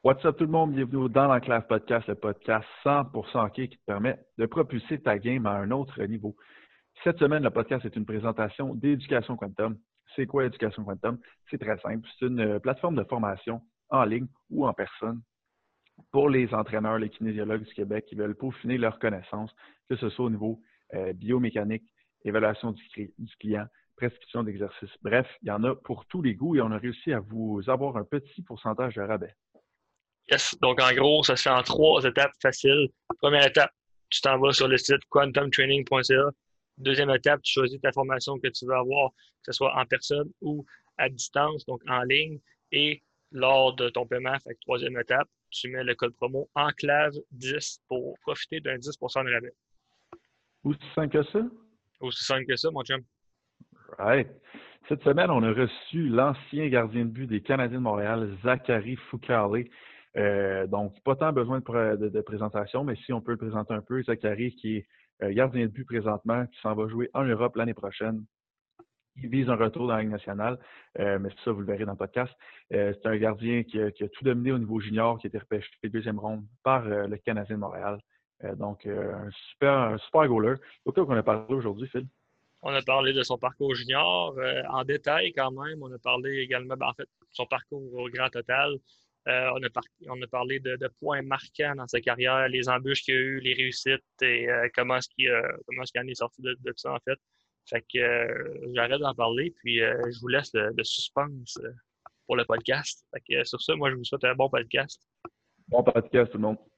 What's up tout le monde, bienvenue dans l'Enclave Podcast, le podcast 100% hockey qui te permet de propulser ta game à un autre niveau. Cette semaine, le podcast est une présentation d'Éducation Quantum. C'est quoi Éducation Quantum? C'est très simple, c'est une plateforme de formation en ligne ou en personne pour les entraîneurs, les kinésiologues du Québec qui veulent peaufiner leurs connaissances, que ce soit au niveau biomécanique, évaluation du client, prescription d'exercice. Bref, il y en a pour tous les goûts et on a réussi à vous avoir un petit pourcentage de rabais. Yes. Donc, en gros, ça se fait en 3 étapes faciles. Première étape, tu t'en vas sur le site quantumtraining.ca. Deuxième étape, tu choisis ta formation que tu veux avoir, que ce soit en personne ou à distance, donc en ligne. Et lors de ton paiement, fait que troisième étape, tu mets le code promo ENCLAVE10 pour profiter d'un 10% de rabais. Aussi simple que ça? Aussi simple que ça, mon chum. Right. Cette semaine, on a reçu l'ancien gardien de but des Canadiens de Montréal, Zachary Fucale. Donc, pas tant besoin de présentation, mais si on peut le présenter un peu, Zachary qui est gardien de but présentement, qui s'en va jouer en Europe l'année prochaine. Il vise un retour dans la Ligue nationale, mais ça, vous le verrez dans le podcast. C'est un gardien qui a tout dominé au niveau junior, qui a été repêché deuxième ronde par le Canadien de Montréal. Donc, un super goaler. C'est quoi qu'on a parlé aujourd'hui, Phil? On a parlé de son parcours junior en détail quand même. On a parlé également, en fait, son parcours au grand total. On a parlé de points marquants dans sa carrière, les embûches qu'il a eues, les réussites et comment est-ce qu'il en est sorti de ça, en fait. Fait que j'arrête d'en parler, puis je vous laisse le suspense pour le podcast. Fait que sur ça, moi, je vous souhaite un bon podcast. Bon podcast, tout le monde.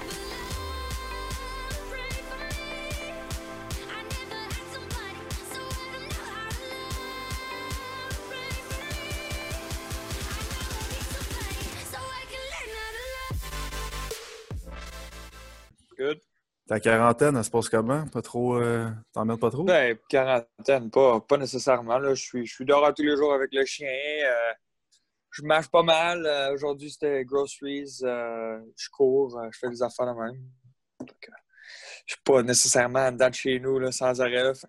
Good. Ta quarantaine, elle se passe comment? Pas trop, t'emmerdes pas trop? Ben, quarantaine, pas nécessairement. Là. Je suis dehors tous les jours avec le chien. Je marche pas mal. Aujourd'hui, c'était groceries. Je cours. Je fais des affaires de même. Donc, je suis pas nécessairement en dedans de chez nous là, sans arrêt. Là.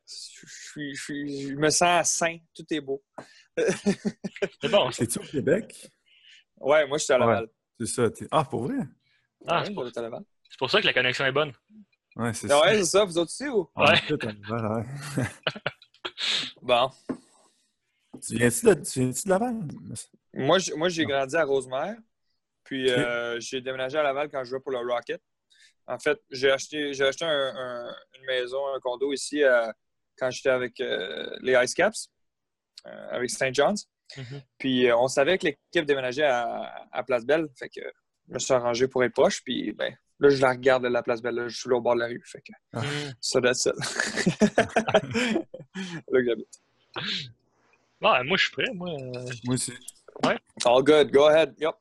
Je me sens sain. Tout est beau. C'est bon. C'est-tu au Québec? Ouais, moi, je suis à Laval. Ouais, c'est ça. Ah, pour vrai? Ah, ouais, j'habite à Laval. C'est pour ça que la connexion est bonne. Ouais, c'est ça. Ouais, c'est ça. Vous autres aussi, ou? Ouais. Ouais. Bon. Tu viens-tu de Laval? Moi, j'ai grandi à Rosemère. Puis, Okay. j'ai déménagé à Laval quand je jouais pour le Rocket. En fait, j'ai acheté une maison, un condo ici quand j'étais avec les Ice Caps, avec St. John's. Mm-hmm. Puis, on savait que l'équipe déménageait à Place Belle. Fait que je me suis arrangé pour être proche. Puis, ben, là, je la regarde de la Place Belle. Là, je suis là au bord de la rue. Fait que ça, that's it. Là que j'habite. Ouais, moi, je suis prêt. Moi aussi. Ouais. All good. Go ahead. Yep.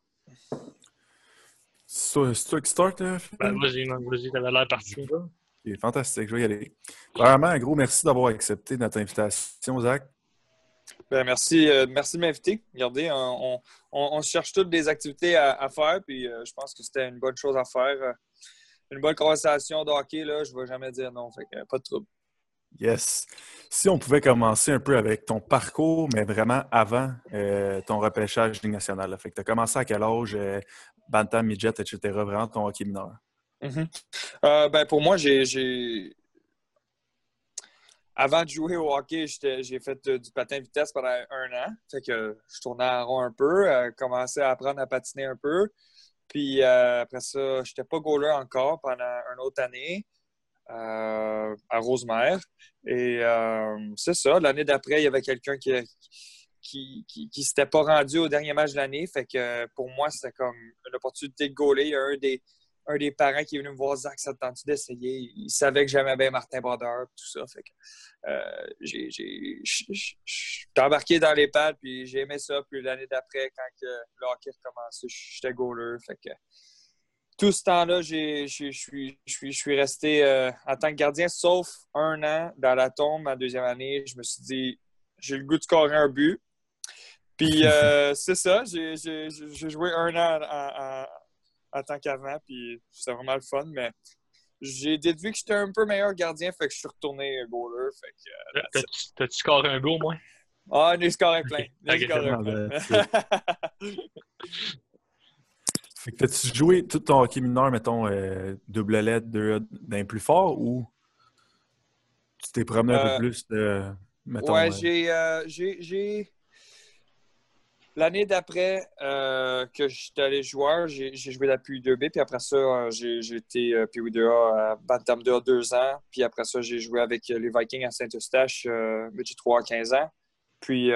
C'est toi qui start, là? Ben, vas-y, t'avais l'air parti. C'est fantastique, je vais y aller. Vraiment, un gros merci d'avoir accepté notre invitation, Zach. Ben, merci de m'inviter. Regardez, on se cherche toutes des activités à faire, puis je pense que c'était une bonne chose à faire. Une bonne conversation de hockey, là, je ne vais jamais dire non, fait que pas de trouble. Yes. Si on pouvait commencer un peu avec ton parcours, mais vraiment avant ton repêchage Ligue nationale. Là. Fait que tu as commencé à quel âge? Bantam, midget, etc. Vraiment ton hockey mineur. Mm-hmm. Ben, pour moi, avant de jouer au hockey, j'ai fait du patin de vitesse pendant 1 an. Fait que je tournais en rond un peu, commençais à apprendre à patiner un peu. Puis après ça, je n'étais pas goaler encore pendant une autre année à Rosemère. Et c'est ça, l'année d'après, il y avait quelqu'un qui s'était pas rendu au dernier match de l'année. Fait que pour moi, c'était comme une opportunité de goaler. Il y a un des parents qui est venu me voir, Zach, ça te tente-tu d'essayer? Il savait que j'aimais bien Martin Brodeur, tout ça. Fait que j'étais embarqué dans les pads, puis j'ai aimé ça. Puis l'année d'après, quand le hockey recommençait, j'étais goaler. Fait que tout ce temps-là, je suis resté en tant que gardien, sauf 1 an dans la tombe, ma deuxième année. Je me suis dit, j'ai le goût de scorer un but. Puis c'est ça, j'ai joué 1 an en tant qu'avant, puis c'était vraiment le fun, mais j'ai déduit que j'étais un peu meilleur gardien, fait que je suis retourné goaler. T'as-tu scoré un but au moins? Ah, j'ai scoré plein. Okay. Fait que t'as-tu joué tout ton hockey mineur, mettons, double lettre, d'un plus fort ou tu t'es promené un peu Euh, plus, ouais, mettons... j'ai l'année d'après que j'étais allé joueur, j'ai joué la PUI2B, puis après ça, j'ai été PUI2A à Bantam 2 à 2 ans, puis après ça, j'ai joué avec les Vikings à Saint-Eustache, j'ai 3 à 15 ans. Puis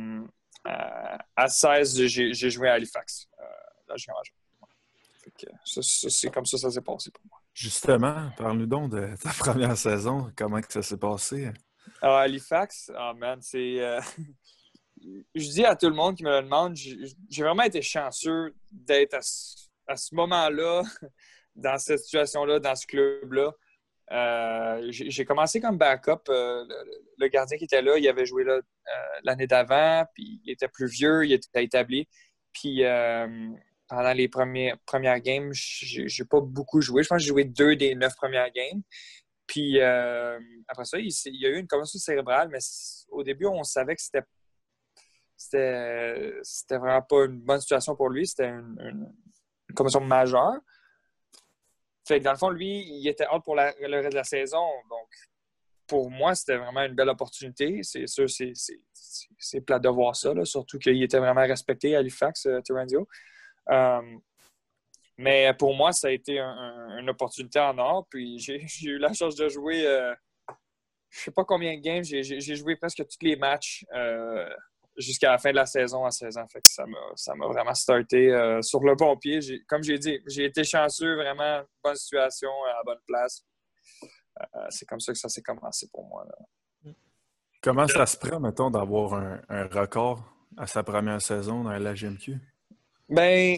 à 16, j'ai joué à Halifax, la junior major. Fait que c'est comme ça s'est passé pour moi. Justement, parle-nous donc de ta première saison. Comment que ça s'est passé? À Halifax, oh man, c'est... je dis à tout le monde qui me le demande, j'ai vraiment été chanceux d'être à ce moment-là, dans cette situation-là, dans ce club-là. J'ai commencé comme backup. Le gardien qui était là, il avait joué là l'année d'avant, puis il était plus vieux, il était établi. Puis pendant les premières games, j'ai pas beaucoup joué. Je pense que j'ai joué 2 des 9 premières games. Puis après ça, il y a eu une commotion cérébrale, mais au début, on savait que c'était vraiment pas une bonne situation pour lui. C'était une commotion majeure. Fait que dans le fond, lui, il était out pour le reste de la saison. Donc, pour moi, c'était vraiment une belle opportunité. C'est sûr, c'est plate de voir ça, là, surtout qu'il était vraiment respecté à Halifax, Terranzio. Mais pour moi, ça a été une opportunité en or. Puis j'ai eu la chance de jouer, je sais pas combien de games, j'ai joué presque tous les matchs jusqu'à la fin de la saison à 16 ans. Fait que ça m'a vraiment starté sur le bon pied. Comme j'ai dit, j'ai été chanceux, vraiment bonne situation, à la bonne place. C'est comme ça que ça s'est commencé pour moi, là. Comment ça se prend, mettons, d'avoir un record à sa première saison dans la GMQ? Ben,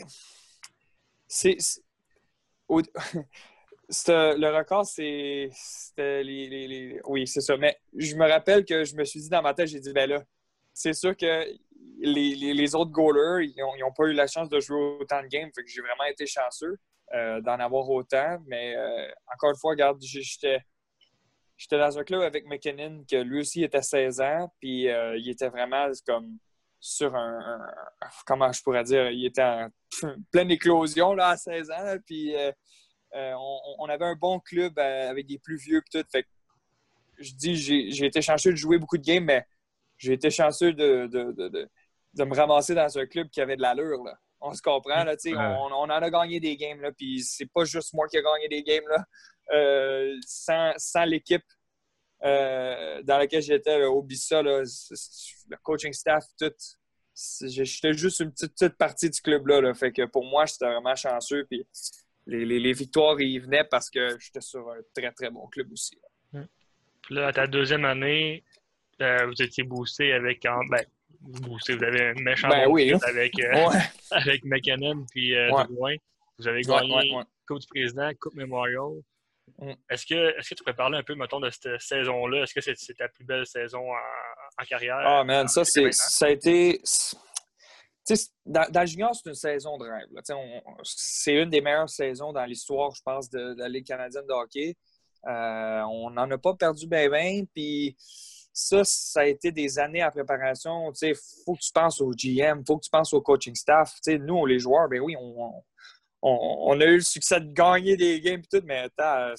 au- le record, c'était oui, c'est ça. Mais je me rappelle que je me suis dit dans ma tête, j'ai dit, ben là, c'est sûr que les autres goalers, ils ont pas eu la chance de jouer autant de games. Fait que j'ai vraiment été chanceux d'en avoir autant. Mais encore une fois, regarde, j'étais dans un club avec McKinnon, que lui aussi était 16 ans. Puis il était vraiment comme sur comment je pourrais dire, il était en pleine éclosion là, à 16 ans. Là, puis on avait un bon club avec des plus vieux et tout. Fait que je dis, j'ai été chanceux de jouer beaucoup de games, mais j'ai été chanceux de me ramasser dans un club qui avait de l'allure, là. On se comprend, là, on en a gagné des games, là, puis c'est pas juste moi qui ai gagné des games, là. Sans l'équipe dans laquelle j'étais, au Bissa, là, le coaching staff, tout, j'étais juste une petite partie du club-là, là. Fait que pour moi, j'étais vraiment chanceux, puis les victoires, ils venaient parce que j'étais sur un très, très bon club aussi, là. Puis là, à ta deuxième année, vous étiez boosté avec... vous avez un méchant bon Oui, fit hein? avec, Ouais. avec McKinnon puis Ouais. Drouin. Vous avez Ouais. gagné Coupe du Président, Coupe Memorial. Est-ce que tu peux parler un peu, mettons, de cette saison-là? Est-ce que c'est ta plus belle saison en carrière? Ah, man, ça a été... Dans le junior, c'est une saison de rêve, là. C'est une des meilleures saisons dans l'histoire, je pense, de la Ligue canadienne de hockey. On n'en a pas perdu ben, puis ça a été des années en préparation. Il faut que tu penses au GM, il faut que tu penses au coaching staff. Nous, les joueurs, ben oui, on a eu le succès de gagner des games et tout, mais attends,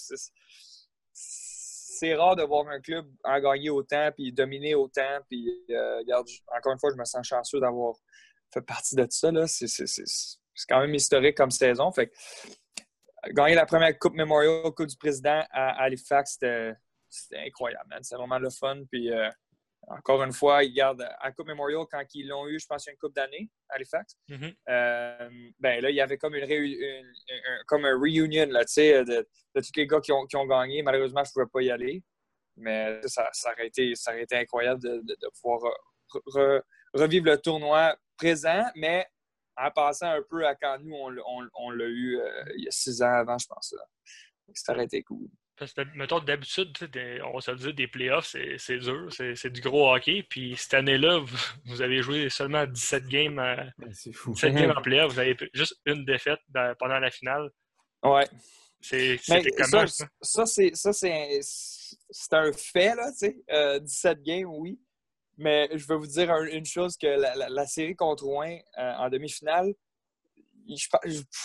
c'est rare de voir un club en gagner autant puis dominer autant. Puis, regarde, encore une fois, je me sens chanceux d'avoir fait partie de ça. Là. C'est quand même historique comme saison. Fait que, gagner la première Coupe Memorial, Coupe du Président à Halifax, c'était incroyable, man. C'est vraiment le fun. Puis, encore une fois, regarde, à Coupe Memorial, quand ils l'ont eu, je pense, il y a une couple d'années à Halifax, ben là, il y avait comme comme un reunion là, de tous les gars qui ont gagné. Malheureusement, je ne pouvais pas y aller. Mais ça aurait été incroyable de pouvoir revivre le tournoi présent, mais en passant un peu à quand nous, on l'a eu il y a 6 ans avant, je pense. Là. Ça aurait été cool. Parce que, mettons, d'habitude, on va se le dire, des playoffs, c'est dur, c'est du gros hockey. Puis cette année-là, vous avez joué seulement 17 games, C'est fou. 17 games en playoffs. Vous avez juste une défaite pendant la finale. Ouais. C'était comment, ça? C'est un fait, là, tu sais. 17 games, oui. Mais je vais vous dire une chose, que la série contre Rouen en demi-finale,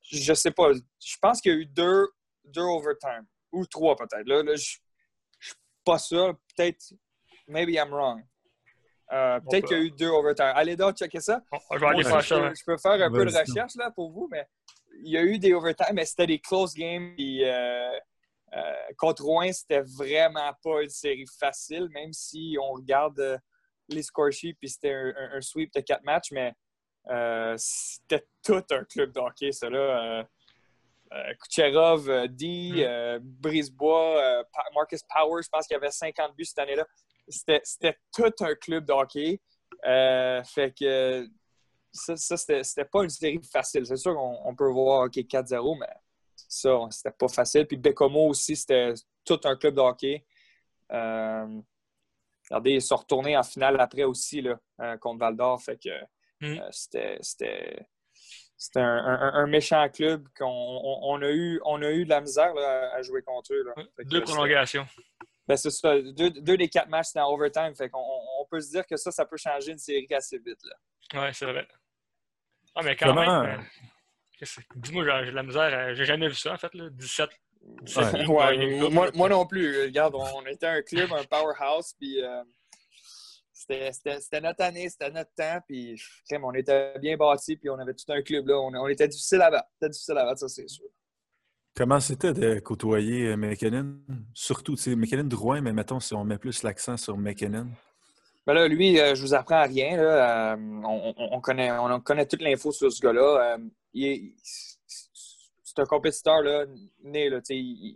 je sais pas. Je pense qu'il y a eu deux overtime. Ou 3 peut-être. Là, je suis pas sûr. Peut-être, maybe I'm wrong. Peut-être qu'il y a eu 2 overtime. Allez donc checker ça. Je vais aller faire ça. Je peux faire un peu de Vas-y. recherche là, pour vous, mais il y a eu des overtime, mais c'était des close games. Puis, contre Rouen, c'était vraiment pas une série facile, même si on regarde les score sheets, puis c'était un sweep de 4 matchs, mais c'était tout un club de hockey, ça là. Kucherov, Brisebois, Marcus Power, je pense qu'il y avait 50 buts cette année-là. C'était tout un club de hockey. Fait que ça c'était pas une série facile. C'est sûr qu'on peut voir OK 4-0, mais ça, c'était pas facile. Puis Bécomo aussi, c'était tout un club de hockey. Regardez, ils sont retournés en finale après aussi là, contre Val-d'Or. Fait que c'était un méchant club qu'on a eu de la misère là, à jouer contre eux. Là. 2 prolongations. Ben c'est ça. 2 des 4 matchs, c'était en overtime. Fait qu'on peut se dire que ça peut changer une série assez vite. Oui, c'est vrai. Ah, mais quand même, dis-moi, j'ai de la misère. J'ai jamais vu ça, en fait. Là. 17 moi non plus. Regarde, on était un club, un powerhouse, puis c'était notre année, c'était notre temps, puis on était bien bâtis, puis on avait tout un club là. On était difficile à battre. C'était difficile à battre, ça, c'est sûr. Comment c'était de côtoyer McKinnon? Surtout, tu sais, McKinnon de Rouen, mais mettons, si on met plus l'accent sur McKinnon. Ben là, lui, je vous apprends rien. Là. On connaît toute l'info sur ce gars-là. C'est un compétiteur là, né. Là,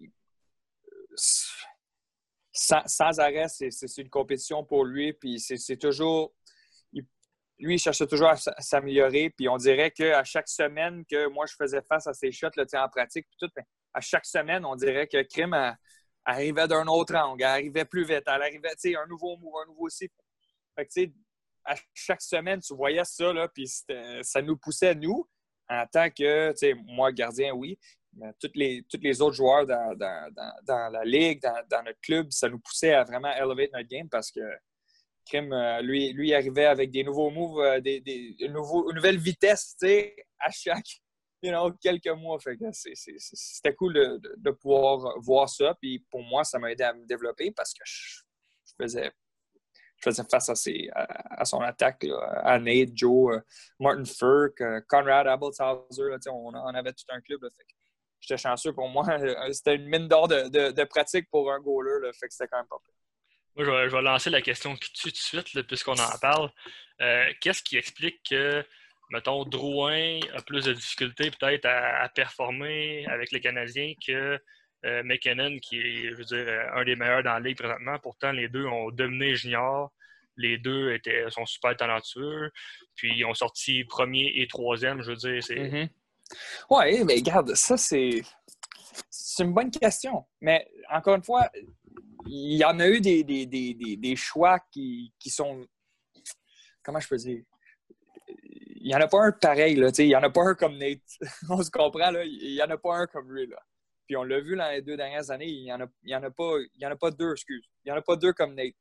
sans arrêt, c'est une compétition pour lui. Puis c'est toujours... Lui, il cherchait toujours à s'améliorer. Puis on dirait qu'à chaque semaine que moi, je faisais face à ses shots là, en pratique, puis tout, à chaque semaine, on dirait que Krim arrivait d'un autre angle. Elle arrivait plus vite. Elle arrivait, un nouveau move, un nouveau site. Fait que, à chaque semaine, tu voyais ça, là, puis ça nous poussait, nous, en tant que, moi, gardien, oui, mais tous les autres joueurs dans la ligue, dans notre club, ça nous poussait à vraiment elevate notre game parce que Krim, lui arrivait avec des nouveaux moves, une nouvelle vitesse, à chaque quelques mois. Fait que c'était cool de pouvoir voir ça. Puis pour moi, ça m'a aidé à me développer parce que je faisais face à son attaque, là, à Nate, Joe, Martin Furk, Conrad Abelshauser. On avait tout un club. Là, fait que j'étais chanceux pour moi. C'était une mine d'or de pratique pour un goaler. Là, fait que c'était quand même pas pire. Moi, je vais lancer la question tout de suite, là, puisqu'on en parle. Qu'est-ce qui explique que, mettons, Drouin a plus de difficultés peut-être à performer avec les Canadiens que McKinnon, qui est, je veux dire, un des meilleurs dans la ligue présentement. Pourtant, les deux ont dominé junior. Les deux sont super talentueux. Puis, ils ont sorti premier et troisième. Je veux dire, c'est... Mm-hmm. Oui, mais regarde, ça, c'est une bonne question. Mais, encore une fois, il y en a eu des choix qui sont... Comment je peux dire? Il n'y en a pas un pareil, là. Il n'y en a pas un comme Nate. On se comprend, là. Il n'y en a pas un comme lui, là. Puis on l'a vu dans les 2 dernières années, il n'y en a pas 2, excuse. Il n'y en a pas 2 comme Nate.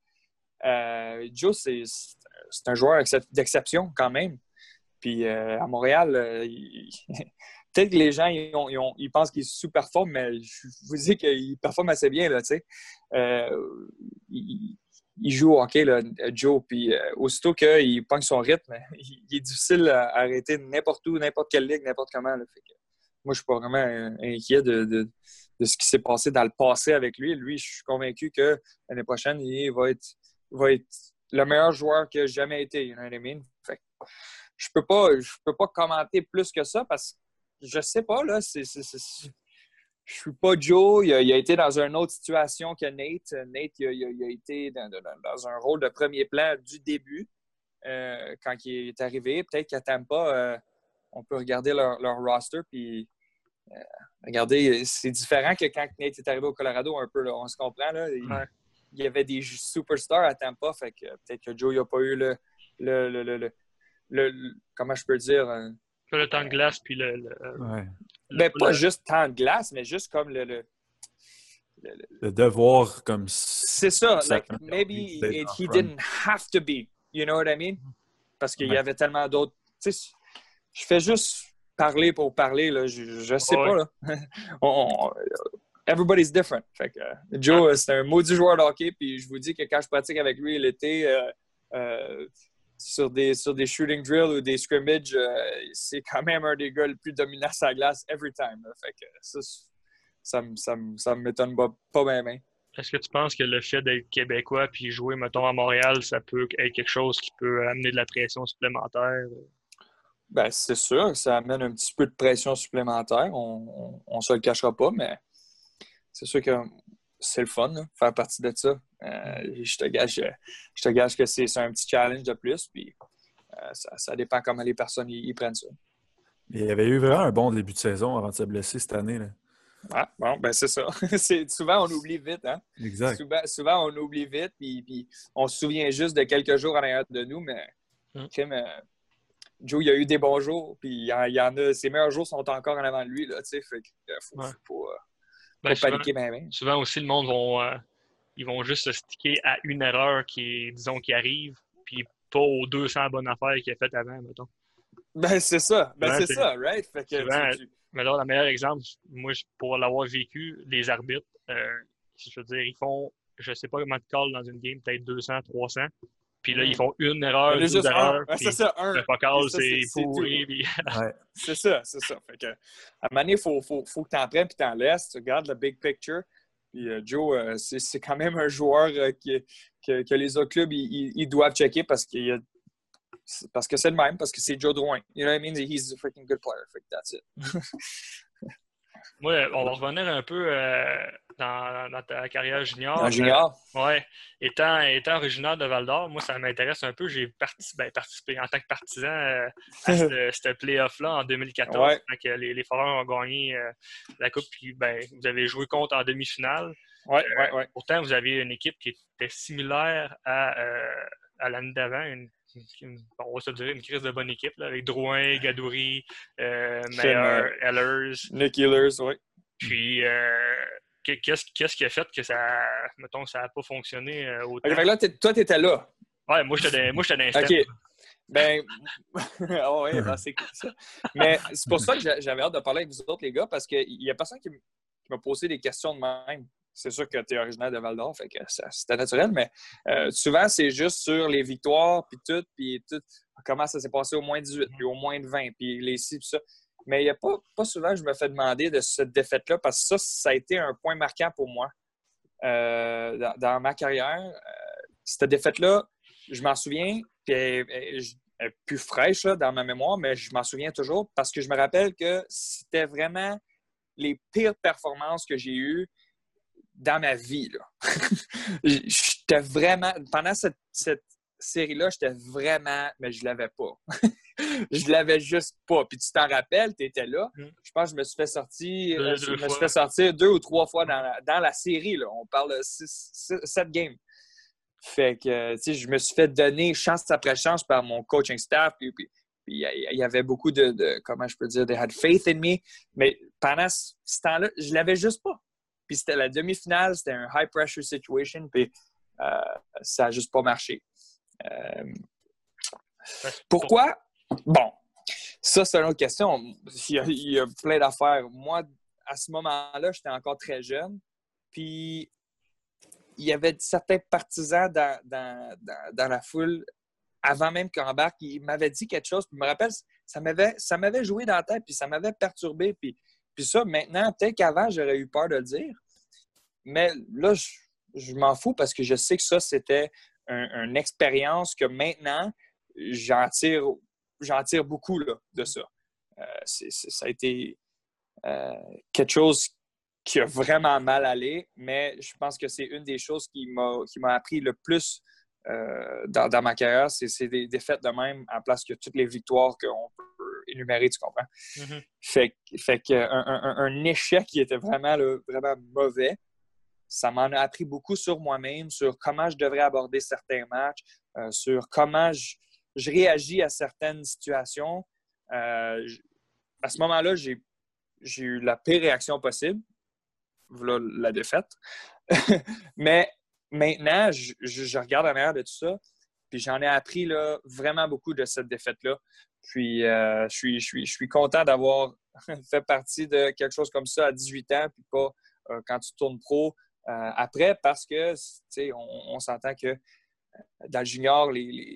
Joe, c'est un joueur d'exception quand même. Puis à Montréal, peut-être que les gens ils pensent qu'il sous-performe, mais je vous dis qu'il performe assez bien. Là, il joue au hockey, là, Joe. Puis aussitôt qu'il pogne son rythme, il est difficile à arrêter n'importe où, n'importe quelle ligue, n'importe comment. Là. Fait que, moi, je ne suis pas vraiment inquiet de ce qui s'est passé dans le passé avec lui. Lui, je suis convaincu que l'année prochaine, il va être le meilleur joueur qu'il a jamais été. You know what I mean? Fait que, je peux pas commenter plus que ça parce que je sais pas, là. Je suis pas Joe. Il a été dans une autre situation que Nate. Nate, il a été dans un rôle de premier plan du début quand il est arrivé. Peut-être qu'à Tampa, on peut regarder leur roster puis regardez, c'est différent que quand Nate est arrivé au Colorado un peu. Là, on se comprend. Là, il y avait des superstars à Tampa. Fait que peut-être que Joe n'a pas eu comment je peux dire? Le temps de glace, puis pas juste temps de glace, mais juste comme le devoir comme... C'est ça. Like, maybe he didn't have to be. You know what I mean? Parce qu'il y avait tellement d'autres... Tu sais, je fais juste parler pour parler, là, je sais Ouais. pas. Là. Everybody's different. Fait que, Joe, c'est un maudit joueur de hockey, puis je vous dis que quand je pratique avec lui l'été, sur des shooting drills ou des scrimmages, c'est quand même un des gars le plus dominant sur la glace every time. Là. Fait que ça me m'étonne pas bien. Est-ce que tu penses que le fait d'être québécois puis jouer, mettons, à Montréal, ça peut être quelque chose qui peut amener de la pression supplémentaire? Ben, c'est sûr, ça amène un petit peu de pression supplémentaire. On se le cachera pas, mais c'est sûr que c'est le fun, là, faire partie de ça. Je te gage que c'est un petit challenge de plus, puis ça dépend comment les personnes y prennent ça. Il y avait eu vraiment un bon début de saison avant de se blesser cette année. Là. Ah, bon, ben c'est ça. Souvent, on oublie vite. Hein? Exact. Souvent, on oublie vite, puis on se souvient juste de quelques jours en arrière de nous, mais Joe, il a eu des bons jours, puis il y en a, ses meilleurs jours sont encore en avant de lui, là, tu sais, fait qu'il faut pas paniquer bien. Souvent aussi, le monde ils vont juste se sticker à une erreur qui arrive, puis pas aux 200 bonnes affaires qu'il a faites avant, mettons. Ben, c'est ça. C'est ça, right? Fait que mais là, le meilleur exemple, moi, pour l'avoir vécu, les arbitres, je veux dire, ils font, je sais pas comment de call dans une game, peut-être 200, 300. Puis là, ils font une erreur, deux erreurs. C'est ça, un. Le focal, c'est pourri. Puis... ouais. C'est ça. Fait que, à un moment donné, il faut que tu en prennes puis tu en laisses. Tu regardes le big picture. Puis Joe, c'est quand même un joueur que les autres clubs, ils doivent checker parce que c'est le même, parce que c'est Joe Drouin. You know what I mean? He's a freaking good player. That's it. Moi, on va revenir un peu dans ta carrière junior. En junior? Oui. Étant originaire de Val-d'Or, moi, ça m'intéresse un peu. J'ai participé en tant que partisan à ce play-off-là en 2014, quand les Foreurs ont gagné la Coupe. Puis, vous avez joué contre en demi-finale. Ouais. Pourtant, vous aviez une équipe qui était similaire à l'année d'avant, on va se dire une crise de bonne équipe, là, avec Drouin, Gadouri, Meyer, Ehlers. Nick Ehlers, oui. Puis, qu'est-ce qui a fait que ça n'a pas fonctionné autant? Okay, là, toi, tu étais là. Ouais, moi, j'étais dans les OK. Ben, oh, ouais, c'est cool ça. Mais c'est pour ça que j'avais hâte de parler avec vous autres, les gars, parce qu'il y a personne qui m'a posé des questions de même. C'est sûr que tu es originaire de Val-d'Or, fait que c'était naturel, mais souvent, c'est juste sur les victoires, puis tout, comment ça s'est passé au moins 18, puis au moins 20, puis les ci, puis ça. Mais il n'y a pas souvent que je me fais demander de cette défaite-là, parce que ça a été un point marquant pour moi dans ma carrière. Cette défaite-là, je m'en souviens, puis elle est plus fraîche là, dans ma mémoire, mais je m'en souviens toujours, parce que je me rappelle que c'était vraiment les pires performances que j'ai eues dans ma vie. Là. J'étais vraiment... Pendant cette série-là, j'étais vraiment... Mais je l'avais pas. Je l'avais juste pas. Puis tu t'en rappelles, tu étais là. Je pense que je me suis fait sortir 2 ou 3 fois dans la série. Là. On parle de 7 games. Fait que, tu sais, je me suis fait donner chance après chance par mon coaching staff. Puis il y avait beaucoup de comment je peux dire, they had faith in me. Mais pendant ce temps-là, je l'avais juste pas. Puis c'était la demi-finale, c'était un high-pressure situation, puis ça n'a juste pas marché. Pourquoi? Bon, ça, c'est une autre question. Il y a plein d'affaires. Moi, à ce moment-là, j'étais encore très jeune, puis il y avait certains partisans dans la foule, avant même qu'on embarque, ils m'avaient dit quelque chose, puis je me rappelle, ça m'avait joué dans la tête, puis ça m'avait perturbé, puis ça, maintenant, peut-être qu'avant, j'aurais eu peur de le dire. Mais là, je m'en fous parce que je sais que ça, c'était une expérience que maintenant, j'en tire beaucoup là, de ça. Ça a été quelque chose qui a vraiment mal allé, mais je pense que c'est une des choses qui m'a appris le plus dans ma carrière. C'est des défaites de même en place que toutes les victoires qu'on peut énumérer, tu comprends? Mm-hmm. Fait qu'un échec qui était vraiment mauvais, ça m'en a appris beaucoup sur moi-même, sur comment je devrais aborder certains matchs, sur comment je réagis à certaines situations. À ce moment-là, j'ai eu la pire réaction possible, voilà la défaite. Mais maintenant, je regarde en arrière de tout ça, Puis j'en ai appris là, vraiment beaucoup de cette défaite-là. Puis je suis content d'avoir fait partie de quelque chose comme ça à 18 ans, puis pas quand tu tournes pro après, parce que on s'entend que dans le junior,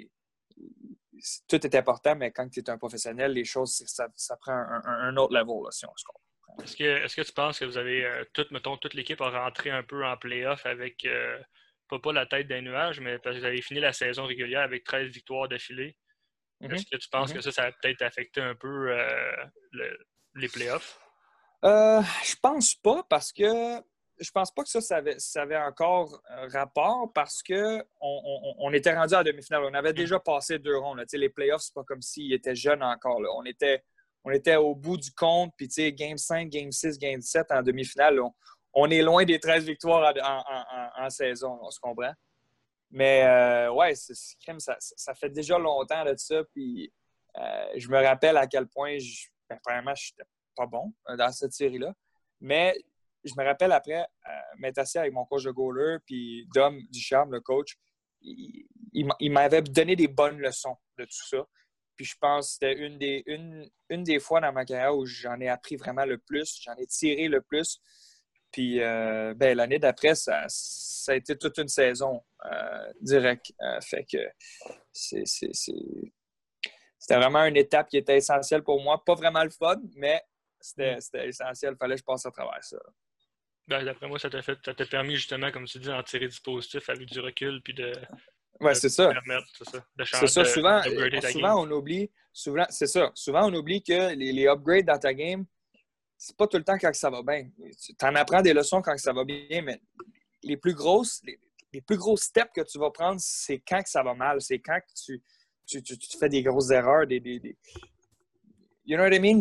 tout est important, mais quand tu es un professionnel, les choses, ça prend un autre level, là, si on se comprend. Est-ce que tu penses que vous avez, toute l'équipe a rentré un peu en play-off avec, pas la tête d'un nuage, mais parce que vous avez fini la saison régulière avec 13 victoires d'affilée? Est-ce que tu penses que ça a peut-être affecté un peu les play-offs? Je pense pas, parce que je pense pas que ça avait encore rapport, parce que on était rendu à la demi-finale. On avait déjà passé 2 rondes. Là. Les playoffs, c'est pas comme s'ils étaient jeunes encore. Là. On était au bout du compte. Puis, Game 5, Game 6, Game 7 en demi-finale, on est loin des 13 victoires en saison. On se comprend. Mais, ouais, ça fait déjà longtemps de ça. Puis, je me rappelle à quel point, premièrement, je n'étais pas bon dans cette série-là. Mais je me rappelle après m'être assis avec mon coach de goaler, puis Dom Ducharme, le coach, il m'avait donné des bonnes leçons de tout ça. Puis je pense que c'était une des fois dans ma carrière où j'en ai appris vraiment le plus, j'en ai tiré le plus. Puis l'année d'après, ça a été toute une saison directe. Fait que c'était vraiment une étape qui était essentielle pour moi. Pas vraiment le fun, mais c'était essentiel. Il fallait que je passe à travers ça. D'après moi, ça t'a permis justement, comme tu dis, d'en tirer du positif avec du recul, puis de c'est ça. Permettre, de changer. C'est ça. Souvent, on oublie. C'est ça. Souvent, on oublie que les upgrades dans ta game, c'est pas tout le temps quand ça va bien. Tu en apprends des leçons quand ça va bien, mais les plus gros steps que tu vas prendre, c'est quand que ça va mal. C'est quand que tu fais des grosses erreurs, You know what I mean?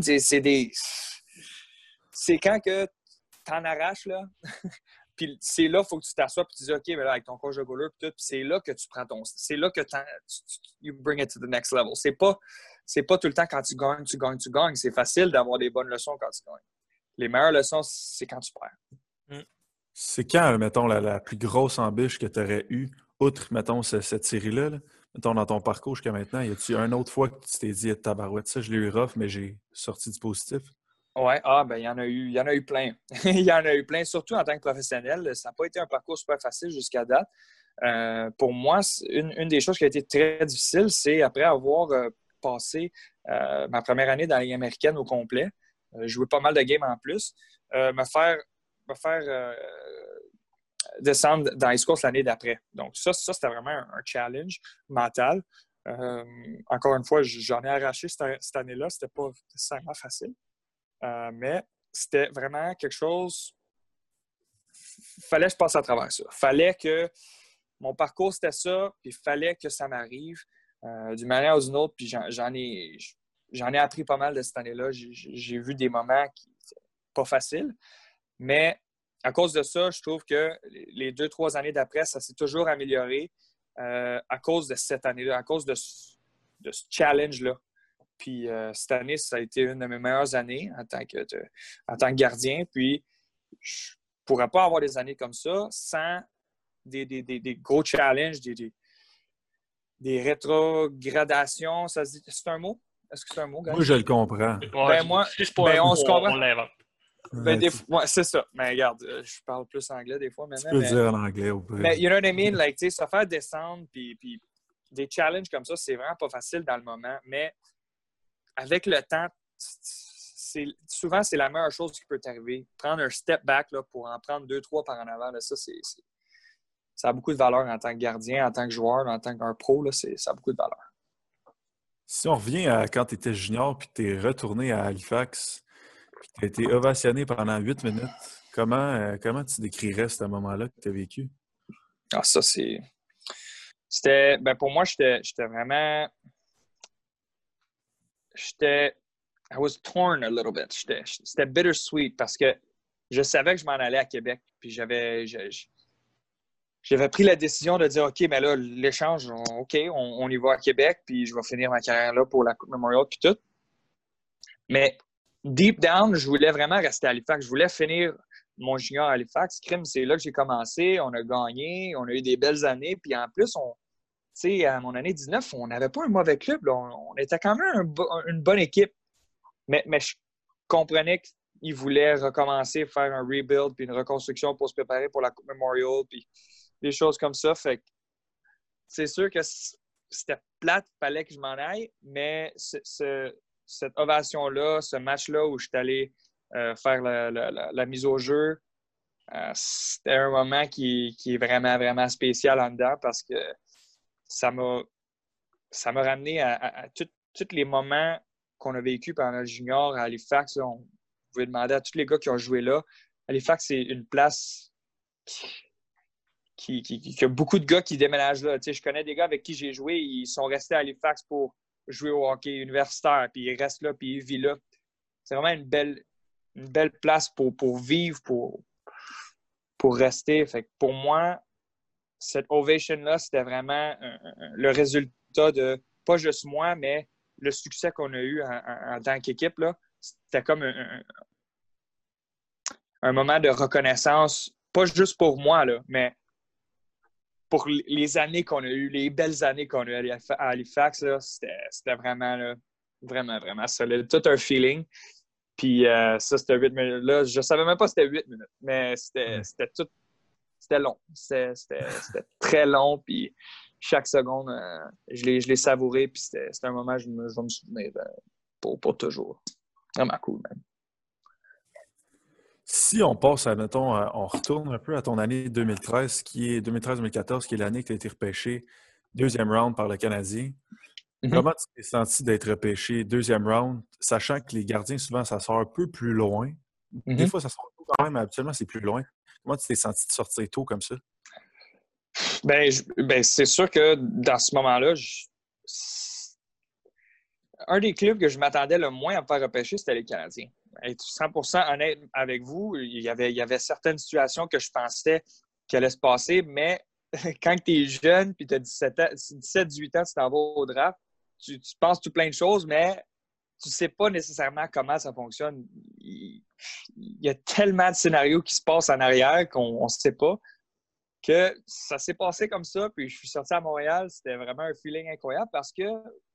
C'est quand que t'en arraches, là. Puis c'est là, il faut que tu t'assoies et tu dis, OK, mais là, avec ton coach de goaler, puis c'est là que tu prends c'est là que you bring it to the next level. C'est pas tout le temps quand tu gagnes. C'est facile d'avoir des bonnes leçons quand tu gagnes. Les meilleures leçons, c'est quand tu perds. C'est quand, mettons, la plus grosse embûche que tu aurais eue, outre, mettons, cette série-là, là? Mettons, dans ton parcours jusqu'à maintenant, y a-tu une autre fois que tu t'es dit, tabarouette, ça, je l'ai eu rough, mais j'ai sorti du positif? Oui, il y en a eu plein. Il y en a eu plein, surtout en tant que professionnel. Ça n'a pas été un parcours super facile jusqu'à date. Pour moi, une des choses qui a été très difficile, c'est après avoir passé ma première année dans la Ligue américaine au complet, jouer pas mal de games en plus, me faire descendre dans les courses l'année d'après. Donc ça c'était vraiment un challenge mental. Encore une fois, j'en ai arraché cette année-là. C'était pas nécessairement facile. Mais c'était vraiment quelque chose. Fallait que je passe à travers ça. Fallait que mon parcours, c'était ça, puis il fallait que ça m'arrive d'une manière ou d'une autre. Puis j'en ai appris pas mal de cette année-là. J'ai vu des moments qui n'étaient pas faciles. Mais à cause de ça, je trouve que les 2-3 années d'après, ça s'est toujours amélioré à cause de cette année-là, à cause de ce challenge-là. Puis cette année, ça a été une de mes meilleures années en tant que gardien. Puis je ne pourrais pas avoir des années comme ça sans des gros challenges, des rétrogradations. C'est un mot? Est-ce que c'est un mot, gars? Moi, je le comprends. On se comprend. On l'invente. C'est ça. Mais regarde, je parle plus anglais des fois maintenant. Tu peux dire en anglais. Mais you know what I mean? Like, se faire descendre, puis des challenges comme ça, c'est vraiment pas facile dans le moment. Mais avec le temps, souvent, c'est la meilleure chose qui peut t'arriver. Prendre un step back là, pour en prendre 2-3 par en avant, là, ça a beaucoup de valeur en tant que gardien, en tant que joueur, en tant qu'un pro. Là, ça a beaucoup de valeur. Si on revient à quand tu étais junior puis tu es retourné à Halifax, puis tu as été ovationné pendant 8 minutes, comment tu décrirais ce moment-là que tu as vécu? Ah, ça, c'était... pour moi, j'étais vraiment... I was torn a little bit. C'était bittersweet parce que je savais que je m'en allais à Québec. Puis j'avais pris la décision de dire, OK, mais là, l'échange, OK, on y va à Québec, puis je vais finir ma carrière là pour la Coupe Memorial, puis tout. Mais deep down, je voulais vraiment rester à Halifax. Je voulais finir mon junior à Halifax. Crime, c'est là que j'ai commencé. On a gagné. On a eu des belles années. Puis en plus, sais, à mon année 19, on n'avait pas un mauvais club. Là. On était quand même une bonne équipe. Mais je comprenais qu'ils voulaient recommencer, faire un rebuild puis une reconstruction pour se préparer pour la Coupe Memorial puis des choses comme ça. Fait que c'est sûr que c'était plate, il fallait que je m'en aille, mais cette ovation-là, ce match-là où je suis allé faire la mise au jeu, c'était un moment qui est vraiment, vraiment spécial en dedans parce que ça m'a ramené à tous les moments qu'on a vécu pendant le junior à Halifax. Là, on pouvait demander à tous les gars qui ont joué là. Halifax, c'est une place qui a beaucoup de gars qui déménagent là. Tu sais, je connais des gars avec qui j'ai joué, ils sont restés à Halifax pour jouer au hockey universitaire, puis ils restent là, puis ils vivent là. C'est vraiment une belle place pour vivre, pour rester. Fait que pour moi, cette ovation-là, c'était vraiment le résultat de, pas juste moi, mais le succès qu'on a eu en tant qu'équipe. Là. C'était comme un moment de reconnaissance, pas juste pour moi, là, mais pour les années qu'on a eues, les belles années qu'on a eues à Halifax, là, c'était vraiment, là, vraiment, vraiment solide. Tout un feeling. Puis ça, c'était 8 minutes-là. Je savais même pas que c'était 8 minutes, mais c'était tout. C'était long. C'était très long. Puis chaque seconde, je l'ai savouré. Puis c'était un moment que je vais me souvenir pour toujours. Vraiment cool, même. Si on passe à, mettons, on retourne un peu à ton année 2013, 2013-2014, qui est l'année que tu as été repêché deuxième round par le Canadien. Comment tu t'es senti d'être repêché deuxième round, sachant que les gardiens, souvent, ça sort un peu plus loin. Des fois, ça sort tôt quand même, mais habituellement, c'est plus loin. Comment tu t'es senti de sortir tôt comme ça? Ben, c'est sûr que dans ce moment-là, un des clubs que je m'attendais le moins à me faire repêcher, c'était les Canadiens. Être 100% honnête avec vous, il y avait certaines situations que je pensais qu'elles allaient se passer, mais quand tu es jeune et tu as 17-18 ans, tu t'en vas au draft, tu penses tout plein de choses, mais tu ne sais pas nécessairement comment ça fonctionne. Il y a tellement de scénarios qui se passent en arrière qu'on ne sait pas, que ça s'est passé comme ça, puis je suis sorti à Montréal, c'était vraiment un feeling incroyable parce que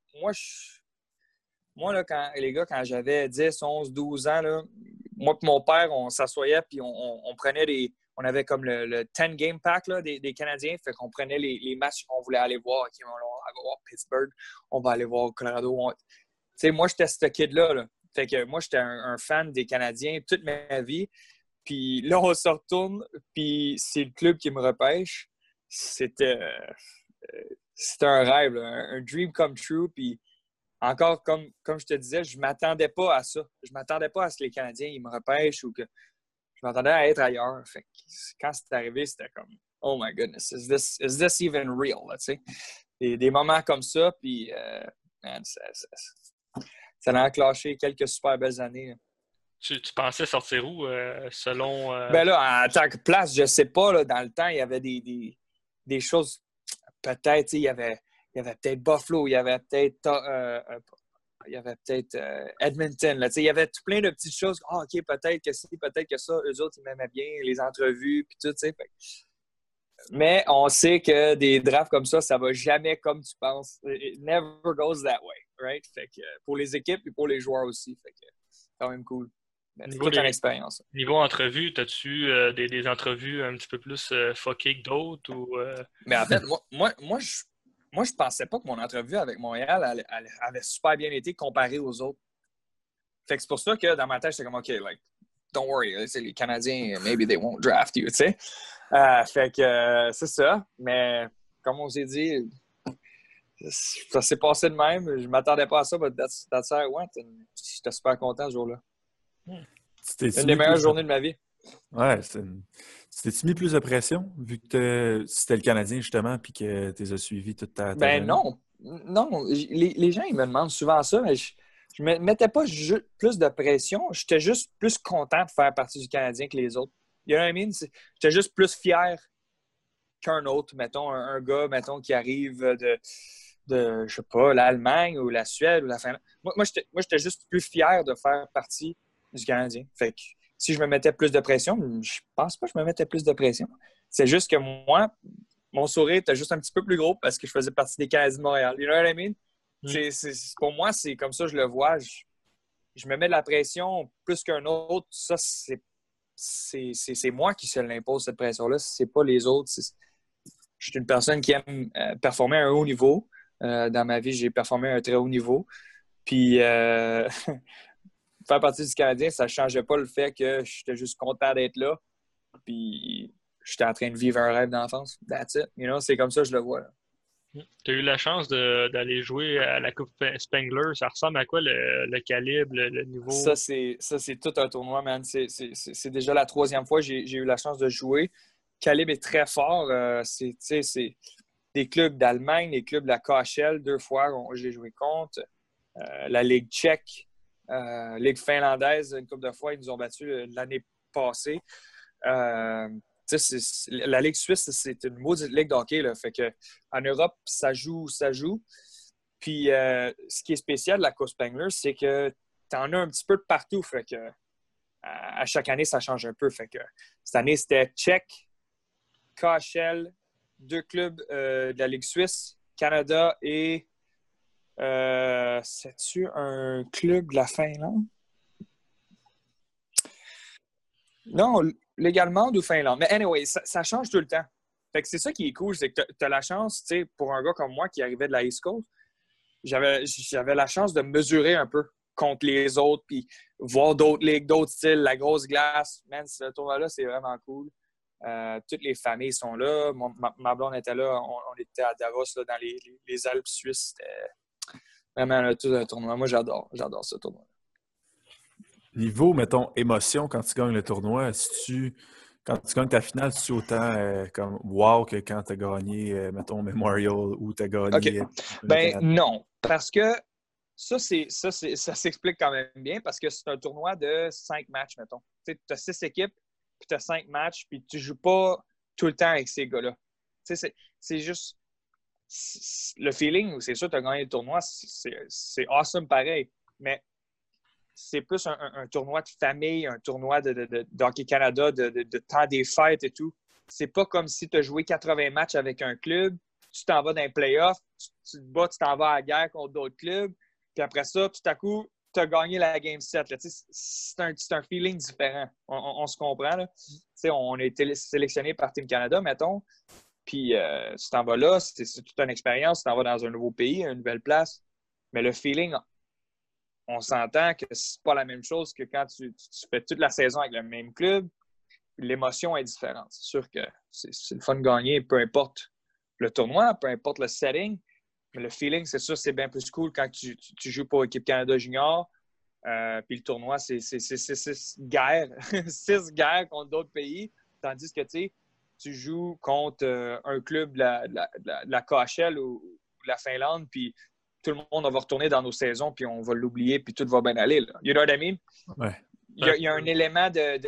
moi là, quand j'avais 10, 11, 12 ans, là, moi et mon père, on s'assoyait puis on prenait on avait comme le 10 game pack là, des Canadiens, fait qu'on prenait les matchs qu'on voulait aller voir. Okay, on va aller voir Pittsburgh, on va aller voir Colorado. Tu sais, moi, j'étais ce kid-là. Là. Fait que moi, j'étais un fan des Canadiens toute ma vie. Puis là, on se retourne, puis c'est le club qui me repêche. C'était un rêve, là, un dream come true. Puis encore, comme je te disais, je ne m'attendais pas à ça. Je ne m'attendais pas à ce que les Canadiens ils me repêchent ou que je m'attendais à être ailleurs. Fait que quand c'est arrivé, c'était comme « Oh my goodness, is this even real? » Des moments comme ça, puis man, ça a enclenché quelques super belles années. Là. Tu pensais sortir où selon... Ben là, en tant que place, je sais pas. Là, dans le temps, il y avait des choses. Peut-être, il y avait peut-être Buffalo, il y avait peut-être Edmonton. Là, il y avait tout plein de petites choses. Ah, OK, peut-être que si, peut-être que ça. Eux autres, ils m'aimaient bien, les entrevues, puis tout, tu sais. Mais on sait que des drafts comme ça va jamais comme tu penses. It never goes that way, right? Fait que, pour les équipes et pour les joueurs aussi. Fait que, quand même cool. C'est toute une expérience. Niveau entrevue, as-tu des entrevues un petit peu plus fuckées que d'autres? Mais en fait, moi, je pensais pas que mon entrevue avec Montréal elle avait super bien été comparée aux autres. Fait que c'est pour ça que dans ma tête, j'étais comme, OK, like, don't worry, les Canadiens, maybe they won't draft you, tu sais. Fait que c'est ça. Mais comme on s'est dit, ça s'est passé de même. Je m'attendais pas à ça, but that's how it went. J'étais super content ce jour-là. Une des meilleures journées de ma vie. Ouais, tu t'es-tu mis plus de pression vu que c'était le Canadien justement puis que tu les as suivis toute ta Ben non. Les gens ils me demandent souvent ça, mais je me mettais pas plus de pression. J'étais juste plus content de faire partie du Canadien que les autres. You know what I mean? J'étais juste plus fier qu'un autre. Mettons, un gars mettons, qui arrive de je sais pas, l'Allemagne ou la Suède ou la Finlande. Moi j'étais juste plus fier de faire partie du Canadien. Fait que si je me mettais plus de pression, je pense pas que je me mettais plus de pression. C'est juste que moi, mon sourire était juste un petit peu plus gros parce que je faisais partie des Canadiens de Montréal. You know what I mean? Pour moi, c'est comme ça que je le vois. Je me mets de la pression plus qu'un autre. Ça, c'est moi qui se l'impose, cette pression-là. C'est pas les autres. Je suis une personne qui aime performer à un haut niveau. Dans ma vie, j'ai performé à un très haut niveau. Puis, faire partie du Canadien, ça ne changeait pas le fait que j'étais juste content d'être là. Puis, j'étais en train de vivre un rêve d'enfance. That's it. You know, c'est comme ça que je le vois. Tu as eu la chance d'aller jouer à la Coupe Spengler. Ça ressemble à quoi le calibre, le niveau? Ça, c'est tout un tournoi, man. C'est déjà la 3e fois que j'ai eu la chance de jouer. Calibre est très fort. C'est des clubs d'Allemagne, des clubs de la KHL. 2 fois, j'ai joué contre. La Ligue tchèque, Ligue finlandaise, une couple de fois, ils nous ont battus l'année passée. La Ligue suisse, c'est une maudite ligue de hockey. Là. Fait que, en Europe, ça joue. Puis, ce qui est spécial de la Coupe Spengler, c'est que tu en as un petit peu de partout. Fait que, à chaque année, ça change un peu. Fait que, cette année, c'était tchèque, KHL, 2 clubs de la Ligue suisse, Canada et... c'est-tu un club de la Finlande? Non, légalement ou Finlande. Mais anyway, ça change tout le temps. Fait que c'est ça qui est cool, c'est que tu as la chance, tu sais, pour un gars comme moi qui arrivait de la East Coast, j'avais la chance de me mesurer un peu contre les autres, puis voir d'autres ligues, d'autres styles, la grosse glace. Man, ce tournoi-là, c'est vraiment cool. Toutes les familles sont là. Ma blonde était là. On était à Davos, là, dans les Alpes suisses. C'était vraiment là, tout un tournoi. Moi, j'adore ce tournoi. Niveau, mettons, émotion quand tu gagnes le tournoi, quand tu gagnes ta finale, c'est autant comme wow que quand tu as gagné, mettons, Memorial ou tu as gagné. OK. Ben non, parce que ça s'explique quand même bien parce que c'est un tournoi de 5 matchs, mettons. Tu as 6 équipes, puis tu as 5 matchs, puis tu joues pas tout le temps avec ces gars-là. C'est juste le feeling, c'est sûr, tu as gagné le tournoi, c'est awesome pareil, mais c'est plus un tournoi de famille, un tournoi de Hockey Canada, de temps des fêtes et tout. C'est pas comme si tu as joué 80 matchs avec un club, tu t'en vas dans les playoffs, tu te bats, tu t'en vas à la guerre contre d'autres clubs, puis après ça, tout à coup, tu as gagné la Game 7. C'est un feeling différent. On se comprend. Là. On a été sélectionné par Team Canada, mettons, puis tu t'en vas là, c'est toute une expérience, tu t'en vas dans un nouveau pays, une nouvelle place, mais le feeling... On s'entend que c'est pas la même chose que quand tu fais toute la saison avec le même club. L'émotion est différente. C'est sûr que c'est le fun de gagner, peu importe le tournoi, peu importe le setting. Mais le feeling, c'est sûr, c'est bien plus cool quand tu joues pour l'équipe Canada Junior. Puis le tournoi, c'est 6 guerres. 6 guerres contre d'autres pays. Tandis que tu joues contre un club de la KHL ou de la Finlande, puis tout le monde, on va retourner dans nos saisons, puis on va l'oublier, puis tout va bien aller. Là. You know what I mean? Ouais. Il y a un élément de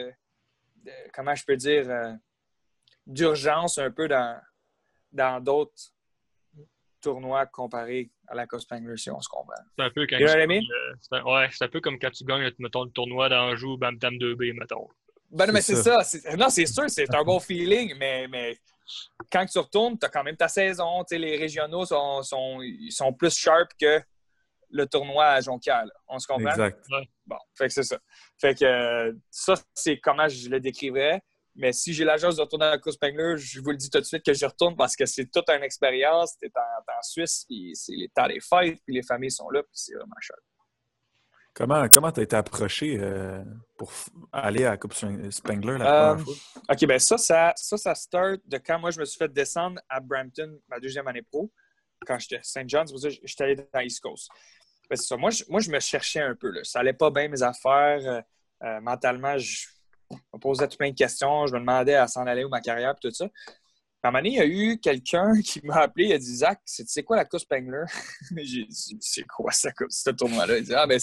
comment je peux dire, d'urgence un peu dans d'autres tournois comparés à la Coupe Spengler, si on se comprend. C'est un peu quand you know what I mean? C'est un peu comme quand tu gagnes, mettons, le tournoi d'Anjou, Bam Tam 2B, mettons. Ben non, mais c'est ça. Non, c'est sûr, c'est un bon feeling, mais quand tu retournes, tu as quand même ta saison. Les régionaux sont plus sharp que le tournoi à Jonquière. Là. On se comprend? Exact. Ouais. Bon, fait que c'est ça. Fait que ça, c'est comment je le décrirais. Mais si j'ai la chance de retourner à la Coupe Spengler, je vous le dis tout de suite que je retourne parce que c'est toute une expérience. Tu es en Suisse, puis c'est les temps des fêtes, puis les familles sont là, puis c'est vraiment cher. Comment tu as été approché pour aller à la Coupe Spengler la première fois? OK, bien ça start de quand moi je me suis fait descendre à Brampton, ma 2e année pro, quand j'étais à St. John's, c'est pour ça que j'étais allé dans East Coast. Ben, c'est ça. Moi, je me cherchais un peu. Là. Ça allait pas bien, mes affaires. Mentalement, je me posais plein de questions. Je me demandais à s'en aller où ma carrière et tout ça. À un moment donné, il y a eu quelqu'un qui m'a appelé. Il a dit « Zach, c'est quoi la Coupe Spengler? » J'ai dit « C'est quoi ça, ce tournoi-là? » Il dit « Ah, ben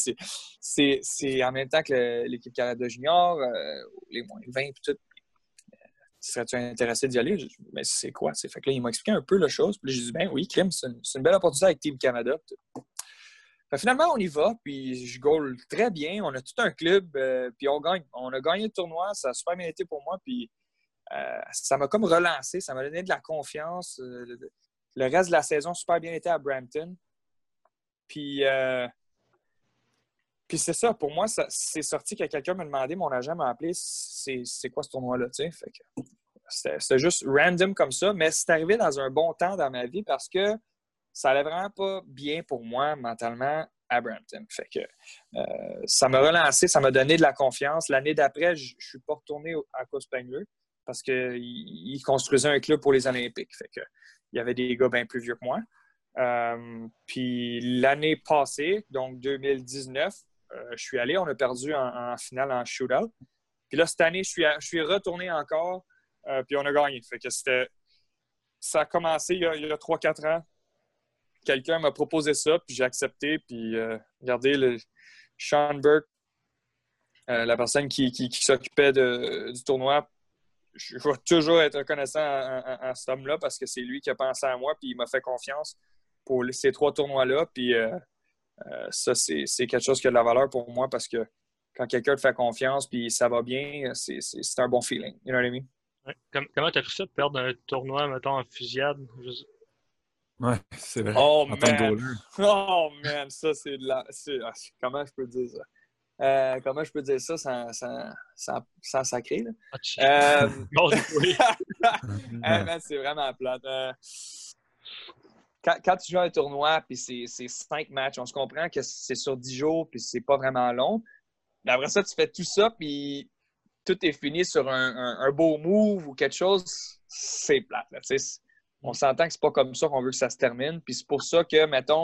c'est en même temps que l'équipe Canada Junior, les moins 20 et tout. Serais-tu intéressé d'y aller? » J'ai dit « Mais c'est quoi? » Fait que là, il m'a expliqué un peu la chose. Puis j'ai dit « Ben oui, crime, c'est une belle opportunité avec Team Canada. » Finalement, on y va, puis je goal très bien. On a tout un club, puis on gagne. On a gagné le tournoi. Ça a super bien été pour moi. Puis ça m'a comme relancé, ça m'a donné de la confiance. Le reste de la saison, super bien été à Brampton. Puis c'est ça, pour moi, c'est sorti que quelqu'un m'a demandé, mon agent m'a appelé, c'est quoi ce tournoi-là, tu sais? Fait que c'était juste random comme ça, mais c'est arrivé dans un bon temps dans ma vie parce que ça allait vraiment pas bien pour moi mentalement à Brampton. Fait que ça m'a relancé, ça m'a donné de la confiance. L'année d'après, je suis pas retourné à Cospengler parce qu'ils construisaient un club pour les Olympiques. Fait que il y avait des gars bien plus vieux que moi. Puis l'année passée, donc 2019, je suis allé, on a perdu en finale en shootout. Puis là, cette année, je suis retourné encore, puis on a gagné. Fait que ça a commencé il y a 3-4 ans. Quelqu'un m'a proposé ça, puis j'ai accepté. Puis regardez, Sean Burke, la personne qui s'occupait du tournoi, je vais toujours être reconnaissant à cet homme-là parce que c'est lui qui a pensé à moi, puis il m'a fait confiance pour ces 3 tournois-là. Puis ça, c'est quelque chose qui a de la valeur pour moi parce que quand quelqu'un te fait confiance puis ça va bien, c'est un bon feeling. You know what I mean? Ouais. Comment tu as pris ça de perdre un tournoi, mettons, en fusillade? Ouais, c'est vrai. Oh, En tant que man! goaler. Oh, man! Ça, c'est de la... comment je peux dire ça? Comment je peux dire ça sans sacrer, là? Oui. Man, c'est vraiment plate. Quand tu joues à un tournoi, puis c'est 5 matchs, on se comprend que c'est sur 10 jours, puis c'est pas vraiment long. Mais après ça, tu fais tout ça, puis tout est fini sur un beau move ou quelque chose, c'est plate. Là, on s'entend que c'est pas comme ça qu'on veut que ça se termine. Puis c'est pour ça que, mettons,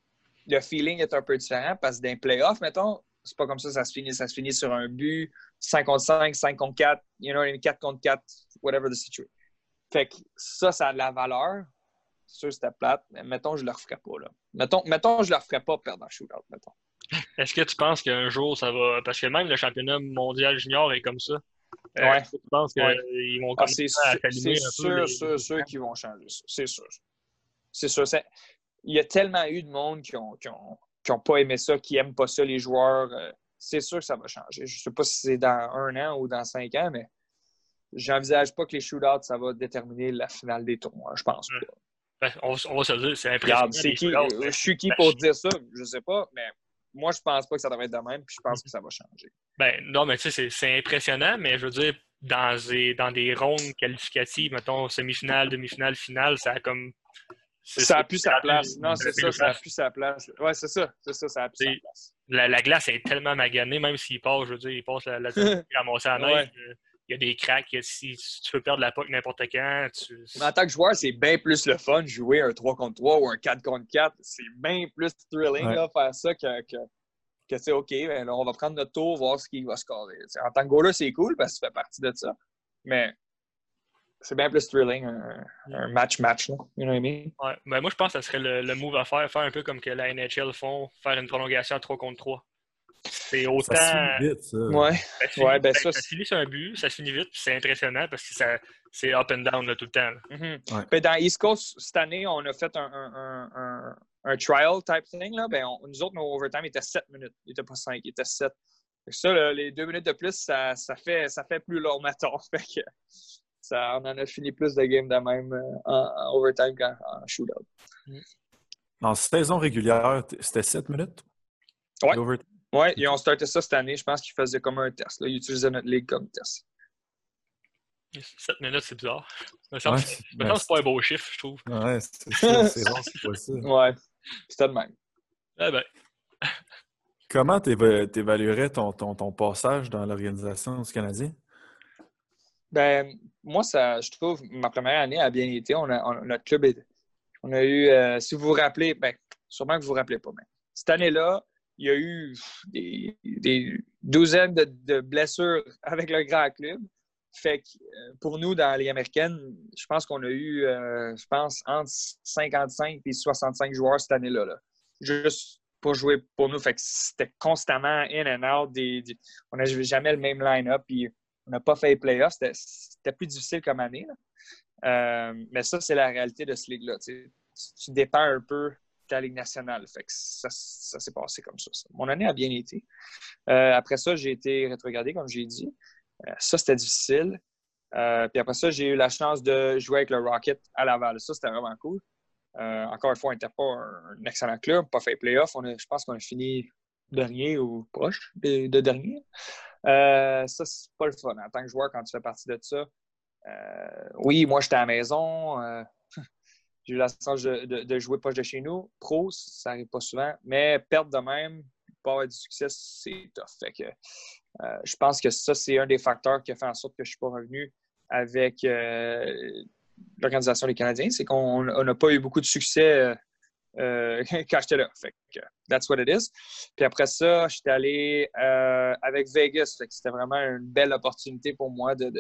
le feeling est un peu différent, parce que dans les playoffs, mettons, c'est pas comme ça que ça se finit. Ça se finit sur un but, 5 contre 5, 5 contre 4, 4 contre 4, whatever the situation. Fait que ça a de la valeur. C'est sûr que c'était plate, mais mettons, je le referais pas. Là. Mettons, je le referais pas perdre en shootout, mettons. Est-ce que tu penses qu'un jour, ça va... Parce que même le championnat mondial junior est comme ça. Ouais. Tu penses qu'ils vont commencer à s'aligner un peu? C'est sûr qu'ils vont changer ça. C'est sûr. C'est sûr. Il y a tellement eu de monde qui ont pas aimé ça, qui n'aiment pas ça, les joueurs. C'est sûr que ça va changer. Je ne sais pas si c'est dans 1 an ou dans 5 ans, mais j'envisage pas que les shootouts, ça va déterminer la finale des tournois. Je pense pas. Ben, on va se le dire, c'est impressionnant. Regarde, je suis qui pour dire ça? Je sais pas, mais moi, je pense pas que ça devrait être de même, puis je pense que ça va changer. Ben, non, mais tu sais, c'est impressionnant, mais je veux dire, dans des rondes qualificatives, mettons, semi-finale, demi-finale, finale, ça a comme... Ça a plus sa place. Non, c'est ça, ça a plus sa place. Ouais, c'est ça, ça a plus sa place. La glace est tellement maganée, même s'il passe, je veux dire, il passe la ramasser à la neige. Il y a des cracks. Si tu peux perdre la puck n'importe quand. Mais en tant que joueur, c'est bien plus le fun de jouer un 3 contre 3 ou un 4 contre 4. C'est bien plus thrilling là, faire ça que tu sais, OK, ben là, on va prendre notre tour, voir ce qui va scorer. T'sais, en tant que goaler, c'est cool parce que tu fais partie de ça. Mais c'est bien plus thrilling, un match-match. You know what I mean? Ouais. Ben, moi, je pense que ça serait le move à faire un peu comme que la NHL font, faire une prolongation à 3 contre 3. C'est autant... Ça se finit vite, ça. Ouais. Ça se finit sur un but, ça se finit vite, puis c'est impressionnant parce que c'est up and down là, tout le temps. Mm-hmm. Ouais. Dans East Coast, cette année, on a fait un trial type thing. Là. Nous autres, nos overtime étaient 7 minutes. Il n'était pas 5, il était 7. Ça, là, les 2 minutes de plus, ça fait plus long, mettons. Fait que on en a fini plus de games de même en overtime qu'en shootout. En saison régulière, c'était 7 minutes? Oui, ils ont starté ça cette année. Je pense qu'ils faisaient comme un test. Là. Ils utilisaient notre ligue comme test. 7 minutes, c'est bizarre. C'est pas un beau chiffre, je trouve. Ouais, c'est ça. C'est rare, c'est pas ça. Ouais, c'était de même. Eh ben. Comment t'évaluerais ton passage dans l'organisation du Canadien? Ben, moi, je trouve ma première année a bien été. Notre club, on a eu, si vous vous rappelez, sûrement que vous vous rappelez pas, mais cette année-là, il y a eu des douzaines de blessures avec le grand club. Fait que pour nous, dans la Ligue américaine, je pense qu'on a eu, entre 55 et 65 joueurs cette année-là. Là. Juste pour jouer pour nous. Fait que c'était constamment in and out. On n'avait jamais le même line-up. Puis on n'a pas fait les playoffs. C'était plus difficile comme année. Mais ça, c'est la réalité de ce ligue-là. Tu dépends un peu de la Ligue nationale. Fait que ça s'est passé comme ça. Mon année a bien été. Après ça, j'ai été rétrogradé, comme j'ai dit. Ça, c'était difficile. Puis après ça, j'ai eu la chance de jouer avec le Rocket à Laval. Ça, c'était vraiment cool. Encore une fois, on n'était pas un excellent club, pas fait playoff. Je pense qu'on a fini dernier ou proche de dernier. Ça, c'est pas le fun. En tant que joueur, quand tu fais partie de ça, oui, moi, j'étais à la maison. J'ai eu la chance de jouer proche de chez nous. Pro, ça n'arrive pas souvent. Mais perdre de même, pas avoir du succès, c'est tough. Fait que, je pense que ça, c'est un des facteurs qui a fait en sorte que je ne suis pas revenu avec l'organisation des Canadiens. C'est qu'on n'a pas eu beaucoup de succès quand j'étais là. Fait que, that's what it is. Puis après ça, j'étais allé avec Vegas. Fait que c'était vraiment une belle opportunité pour moi de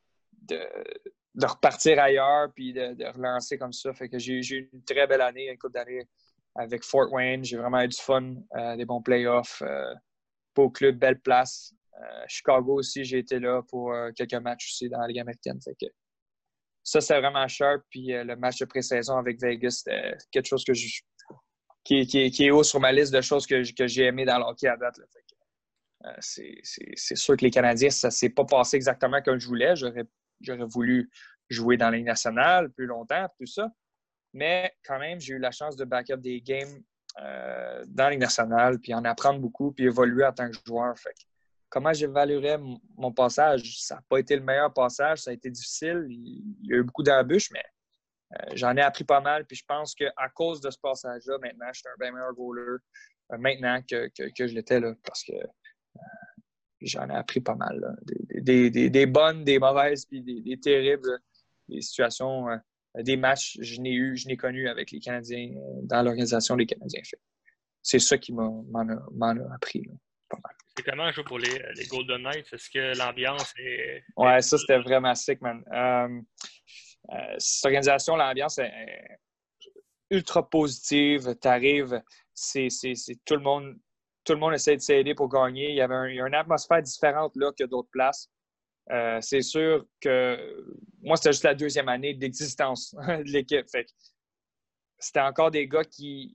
repartir ailleurs puis de relancer comme ça. Fait que j'ai eu une très belle année, une couple d'années avec Fort Wayne. J'ai vraiment eu du fun, des bons playoffs, beau club, belle place. Chicago aussi, j'ai été là pour quelques matchs aussi dans la Ligue américaine. Fait que ça, c'est vraiment sharp. Puis le match de pré-saison avec Vegas, c'était quelque chose qui est haut sur ma liste de choses que j'ai aimé dans l'hockey à date. Là. Fait que, c'est sûr que les Canadiens, ça ne s'est pas passé exactement comme je voulais. J'aurais voulu jouer dans la Ligue nationale plus longtemps, tout ça. Mais quand même, j'ai eu la chance de back-up des games dans la Ligue nationale, puis en apprendre beaucoup, puis évoluer en tant que joueur. Fait que, comment j'évaluerais mon passage? Ça n'a pas été le meilleur passage, ça a été difficile. Il y a eu beaucoup d'embûches, mais j'en ai appris pas mal. Puis je pense qu'à cause de ce passage-là, maintenant, je suis un bien meilleur goaler maintenant que je l'étais là, parce que j'en ai appris pas mal. Là. Des bonnes, des mauvaises, puis des terribles, des situations, des matchs je n'ai connu avec les Canadiens dans l'organisation des Canadiens. C'est ça qui m'en a appris. Là, pas mal. C'est comment jouer pour les Golden Knights? Est-ce que l'ambiance est... Ouais, ça, c'était vraiment sick, man. Cette organisation, l'ambiance est ultra positive. Tu arrives, c'est tout le monde essaie de s'aider pour gagner. Il y a une atmosphère différente là que d'autres places. C'est sûr que moi, c'était juste la deuxième année d'existence de l'équipe. Fait que c'était encore des gars qui...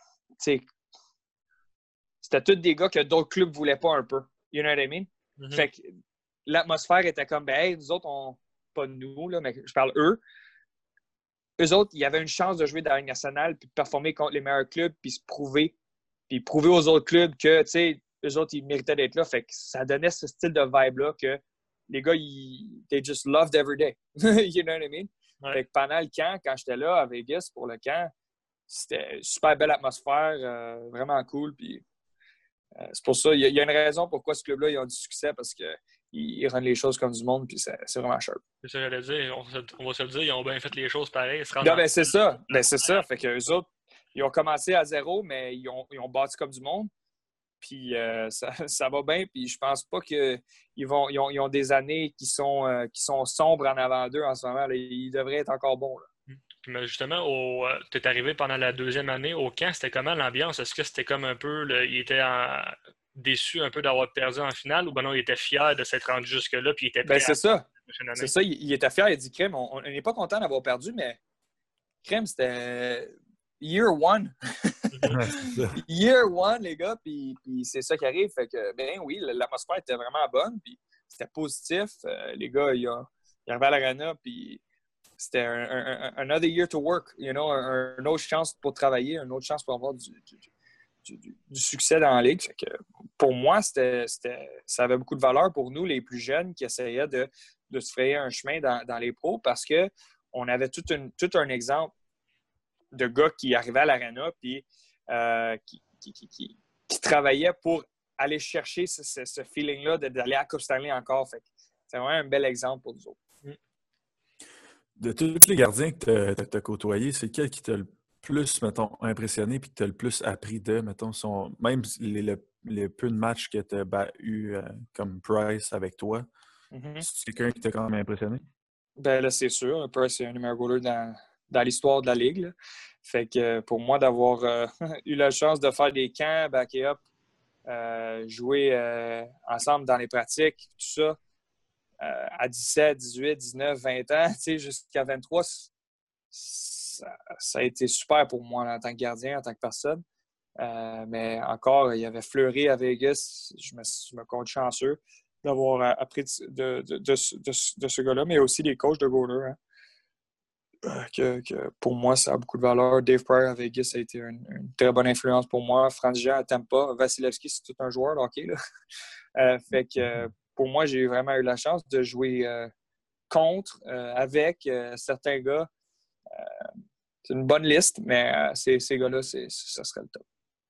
C'était tous des gars que d'autres clubs ne voulaient pas un peu. You know what I mean? Mm-hmm. Fait que l'atmosphère était comme, ben, hey, nous autres, pas nous, là, mais je parle eux. Eux autres, il y avait une chance de jouer dans la Ligue nationale, puis de performer contre les meilleurs clubs, puis se prouver, puis prouver aux autres clubs que, tu sais, eux autres, ils méritaient d'être là. Fait que ça donnait ce style de vibe-là que les gars, they just loved every day. You know what I mean? Ouais. Fait que pendant le camp, quand j'étais là à Vegas pour le camp, c'était une super belle atmosphère, vraiment cool. Puis c'est pour ça, il y a une raison pourquoi ce club-là, ils ont du succès, parce qu'ils rendent les choses comme du monde, puis c'est vraiment sharp. C'est ça que j'allais dire. On va se le dire, ils ont bien fait les choses pareil. Non, ben c'est ça. Ben c'est ça. Fait qu'eux autres, ils ont commencé à zéro, mais ils ont bâti comme du monde. Puis ça va bien. Puis je pense pas qu'ils ont des années qui sont sombres en avant d'eux en ce moment. Là. Ils devraient être encore bons. Là. Mais justement, tu es arrivé pendant la deuxième année au camp. C'était comment l'ambiance? Est-ce que c'était comme un peu... il était déçu un peu d'avoir perdu en finale, ou ben non, il était fier de s'être rendu jusque-là, puis il était prêt c'est ça. C'est ça, il était fier. Il a dit, Crème, on n'est pas content d'avoir perdu, mais Crème, c'était year one. Year one, les gars, puis c'est ça qui arrive. Fait que, ben oui, l'atmosphère était vraiment bonne, puis c'était positif. Les gars, ils arrivaient à l'arena, puis c'était another year to work, you know, une autre chance pour travailler, une autre chance pour avoir du succès dans la Ligue. Fait que, pour moi, ça avait beaucoup de valeur pour nous, les plus jeunes, qui essayaient de se frayer un chemin dans les pros, parce qu'on avait tout un exemple de gars qui arrivaient à l'arena puis qui travaillaient pour aller chercher ce feeling-là d'aller à Coupe Stanley encore. Fait que c'est vraiment un bel exemple pour nous autres. De tous les gardiens que tu as côtoyés, c'est quel qui t'a le plus, mettons, impressionné puis que tu as le plus appris de, mettons, même les peu de matchs que tu as eu comme Price avec toi? Mm-hmm. C'est quelqu'un qui t'a quand même impressionné? Ben là, c'est sûr. Price, c'est un numéro goaler dans l'histoire de la Ligue. Là. Fait que pour moi, d'avoir eu la chance de faire des camps, backer up, jouer ensemble dans les pratiques, tout ça, à 17, 18, 19, 20 ans, jusqu'à 23, ça a été super pour moi là, en tant que gardien, en tant que personne. Mais encore, il y avait Fleury à Vegas. Je me compte chanceux. d'avoir appris de ce gars-là, mais aussi des coachs de goalers. Hein. Que pour moi, ça a beaucoup de valeur. Dave Pryor à Vegas a été une très bonne influence pour moi. Franz Jean à Tampa. Vasilevski, c'est tout un joueur de hockey. Là. Fait que pour moi, j'ai vraiment eu la chance de jouer contre, avec certains gars. C'est une bonne liste, mais ces gars-là, ça serait le top.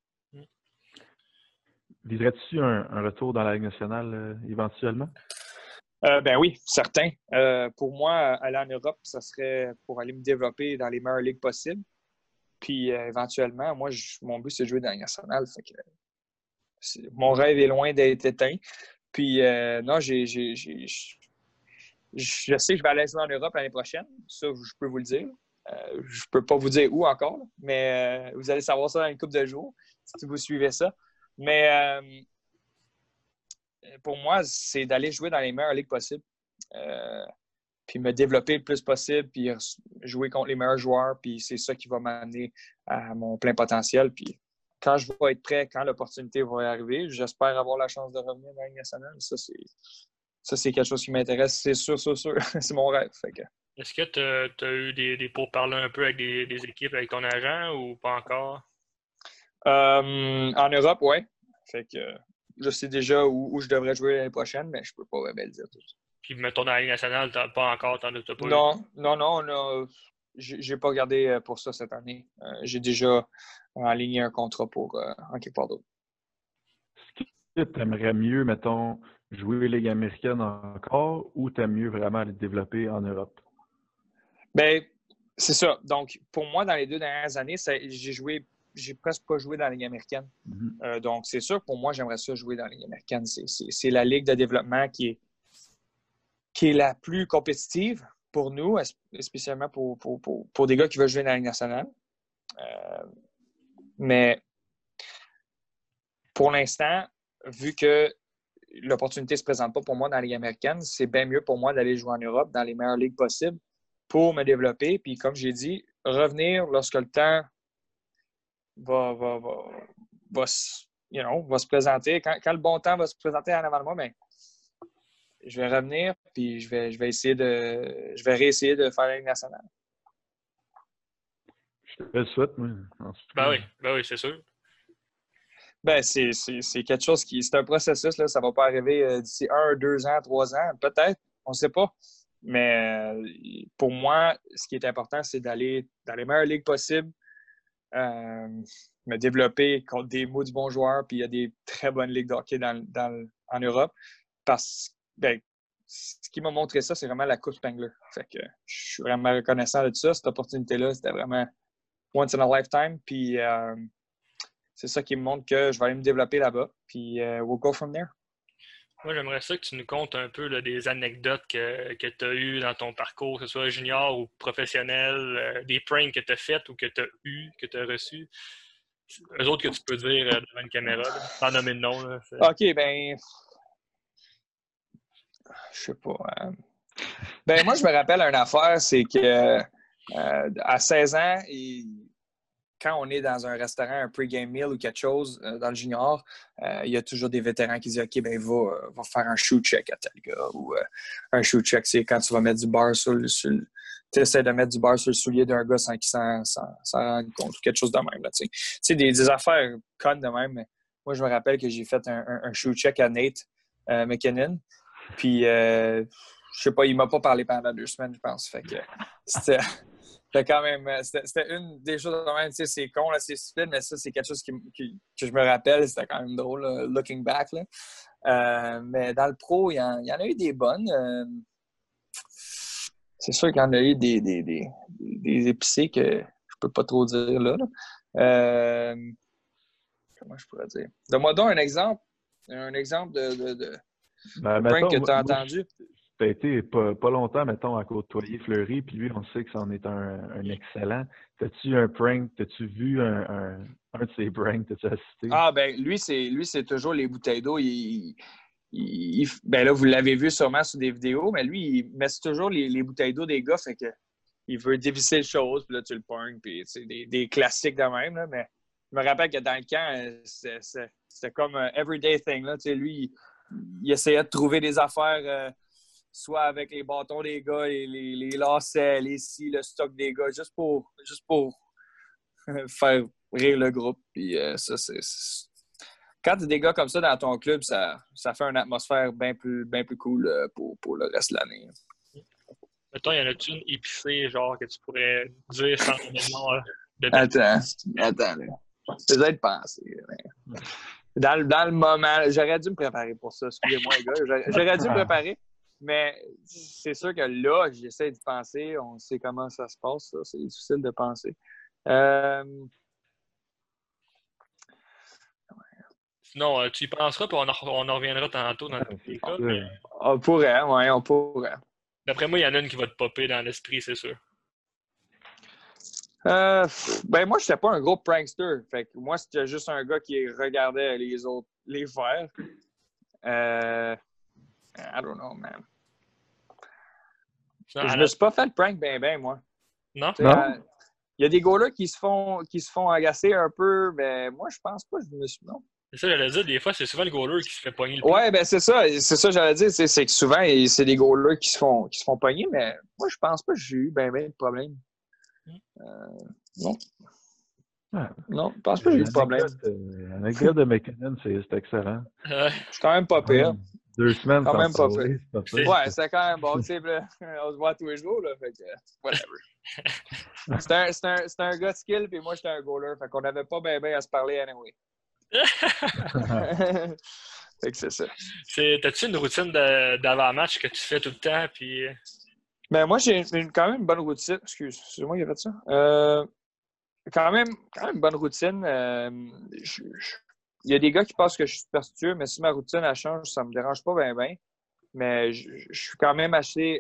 Viserais-tu un retour dans la Ligue nationale éventuellement? Ben oui, certain. Pour moi, aller en Europe, ça serait pour aller me développer dans les meilleures ligues possibles. Puis éventuellement, moi, mon but, c'est de jouer dans la Ligue nationale. Fait que, mon rêve est loin d'être éteint. Puis non, je sais que je vais aller jouer en Europe l'année prochaine. Ça, je peux vous le dire. Je peux pas vous dire où encore, mais vous allez savoir ça dans une couple de jours si vous suivez ça. Mais pour moi, c'est d'aller jouer dans les meilleures ligues possibles. Puis me développer le plus possible, puis jouer contre les meilleurs joueurs. Puis c'est ça qui va m'amener à mon plein potentiel. Puis quand je vais être prêt, quand l'opportunité va arriver, j'espère avoir la chance de revenir dans la Ligue nationale. Ça, c'est quelque chose qui m'intéresse. C'est sûr. C'est mon rêve. Fait que... Est-ce que tu as eu des pourparlers un peu avec des équipes, avec ton agent ou pas encore? En Europe, oui. Fait que je sais déjà où je devrais jouer l'année prochaine, mais je peux pas bien le dire tout ça. Puis mettons dans la Ligue nationale, pas encore, t'as pas Non. J'ai pas regardé pour ça cette année. J'ai déjà aligné un contrat pour en quelque part d'autre. Est-ce que tu aimerais mieux, mettons, jouer Ligue américaine encore ou tu aimes mieux vraiment aller te développer en Europe? Bien, c'est ça. Donc, pour moi, dans les 2 dernières années, j'ai presque pas joué dans la Ligue américaine. Mm-hmm. Donc, c'est sûr que pour moi, j'aimerais ça jouer dans la Ligue américaine. C'est la ligue de développement qui est la plus compétitive pour nous, spécialement pour des gars qui veulent jouer dans la Ligue nationale. Mais pour l'instant, vu que l'opportunité ne se présente pas pour moi dans la Ligue américaine, c'est bien mieux pour moi d'aller jouer en Europe dans les meilleures ligues possibles pour me développer. Puis, comme j'ai dit, revenir lorsque le temps va se présenter. Quand le bon temps va se présenter en avant de moi, bien, je vais revenir puis je vais réessayer de faire la Ligue nationale. Je te le souhaite, moi. Ben oui, c'est sûr. Ben, c'est quelque chose c'est un processus, là. Ça ne va pas arriver d'ici 1, 2 ans, 3 ans, peut-être, on ne sait pas. Mais pour moi, ce qui est important, c'est d'aller dans les meilleures ligues possibles, me développer contre des maudits bons joueurs, puis il y a des très bonnes ligues de hockey en Europe. Parce que ce qui m'a montré ça, c'est vraiment la Coupe Spengler. Fait que je suis vraiment reconnaissant de ça. Cette opportunité-là, c'était vraiment once in a lifetime. Puis c'est ça qui me montre que je vais aller me développer là-bas. Puis we'll go from there. Moi, j'aimerais ça que tu nous comptes un peu là, des anecdotes que tu as eues dans ton parcours, que ce soit junior ou professionnel, des pranks que tu as faites ou que tu as eues, que tu as reçues. Eux autres que tu peux dire devant une caméra, là, sans nommer de nom. Là, OK, ben... Je sais pas. Ben moi, je me rappelle une affaire, c'est que à 16 ans, quand on est dans un restaurant, un pre-game meal ou quelque chose dans le junior, il y a toujours des vétérans qui disent « OK, ben va faire un shoe check à tel gars. » Ou un shoe check, c'est quand tu vas mettre du beurre tu essaies de mettre du beurre sur le soulier d'un gars sans qu'il s'en rende compte ou quelque chose de même. Tu sais, des affaires connes de même. Mais moi, je me rappelle que j'ai fait un shoe check à Nate McKinnon. Puis, je sais pas, il m'a pas parlé pendant 2 semaines, je pense. Fait que c'était quand même... C'était une des choses de même. Tu sais, c'est con, là, c'est stupide, mais ça, c'est quelque chose que je me rappelle. C'était quand même drôle, là, looking back. Là. Mais dans le pro, il y en a eu des bonnes. C'est sûr qu'il y en a eu des épicés que je peux pas trop dire là. Comment je pourrais dire? Donne-moi donc un exemple. Un exemple de prank que tu as entendu. Tu as été pas longtemps, mettons, à côtoyer Fleury, puis lui, on sait que c'en est un excellent. T'as-tu un prank? T'as-tu vu un de ces pranks? T'as-tu assisté? Ah, ben lui, c'est toujours les bouteilles d'eau. Ben là, vous l'avez vu sûrement sur des vidéos, mais lui, il met toujours les bouteilles d'eau des gars, fait que il veut dévisser les choses, puis là, tu le pognes, puis c'est des classiques de même, là, mais je me rappelle que dans le camp, c'était comme un everyday thing, là, tu sais, lui, il essayait de trouver des affaires, soit avec les bâtons des gars, les lacets, les scies, le stock des gars, juste pour faire rire le groupe. Puis ça, quand tu as des gars comme ça dans ton club, ça fait une atmosphère bien plus cool pour le reste de l'année. Mettons, y en a-tu une épicée, genre, que tu pourrais dire sans nom de Attends, là. J'essaie de penser. Dans le moment, j'aurais dû me préparer pour ça. Excusez-moi, les gars. J'aurais dû me préparer. Mais c'est sûr que là, j'essaie de penser. On sait comment ça se passe. Ça. C'est difficile de penser. Sinon, tu y penseras, puis on en reviendra tantôt dans les cas. Mais... On pourrait. D'après moi, il y en a une qui va te popper dans l'esprit, c'est sûr. Ben moi, je n'étais pas un gros prankster. Fait que moi, c'était juste un gars qui regardait les autres les faire. I don't know, man. Je me suis pas fait le prank ben, moi. Non? Il y a des gars-là qui se font agacer un peu, mais moi, je pense pas que je me suis... Non. C'est ça, j'allais dire, des fois, c'est souvent le goaler qui se fait pogner le plus. Ouais, ben c'est ça, j'allais dire, c'est que souvent, c'est des goalers qui se font pogner, mais moi, je pense pas que j'ai eu ben de problème. Non. Ouais. Non, je pense pas que j'ai eu de problème. L'anecdote de McKinnon, c'est excellent. Je suis quand même pas pire. 2 semaines quand sans même pas parler, pire. c'est pas pire. Ouais, c'est quand même bon. Tu sais, on se voit tous les jours, là, fait que whatever. C'est un gars de skill, puis moi, j'étais un goaler, fait qu'on n'avait pas ben à se parler anyway. Fait que c'est ça. T'as-tu une routine d'avant-match que tu fais tout le temps? Puis... Ben, moi, j'ai quand même une bonne routine. Excuse-moi, il a fait ça. Quand même une bonne routine. Il y a des gars qui pensent que je suis superstitieux, mais si ma routine elle change, ça me dérange pas bien. Mais je suis quand même assez...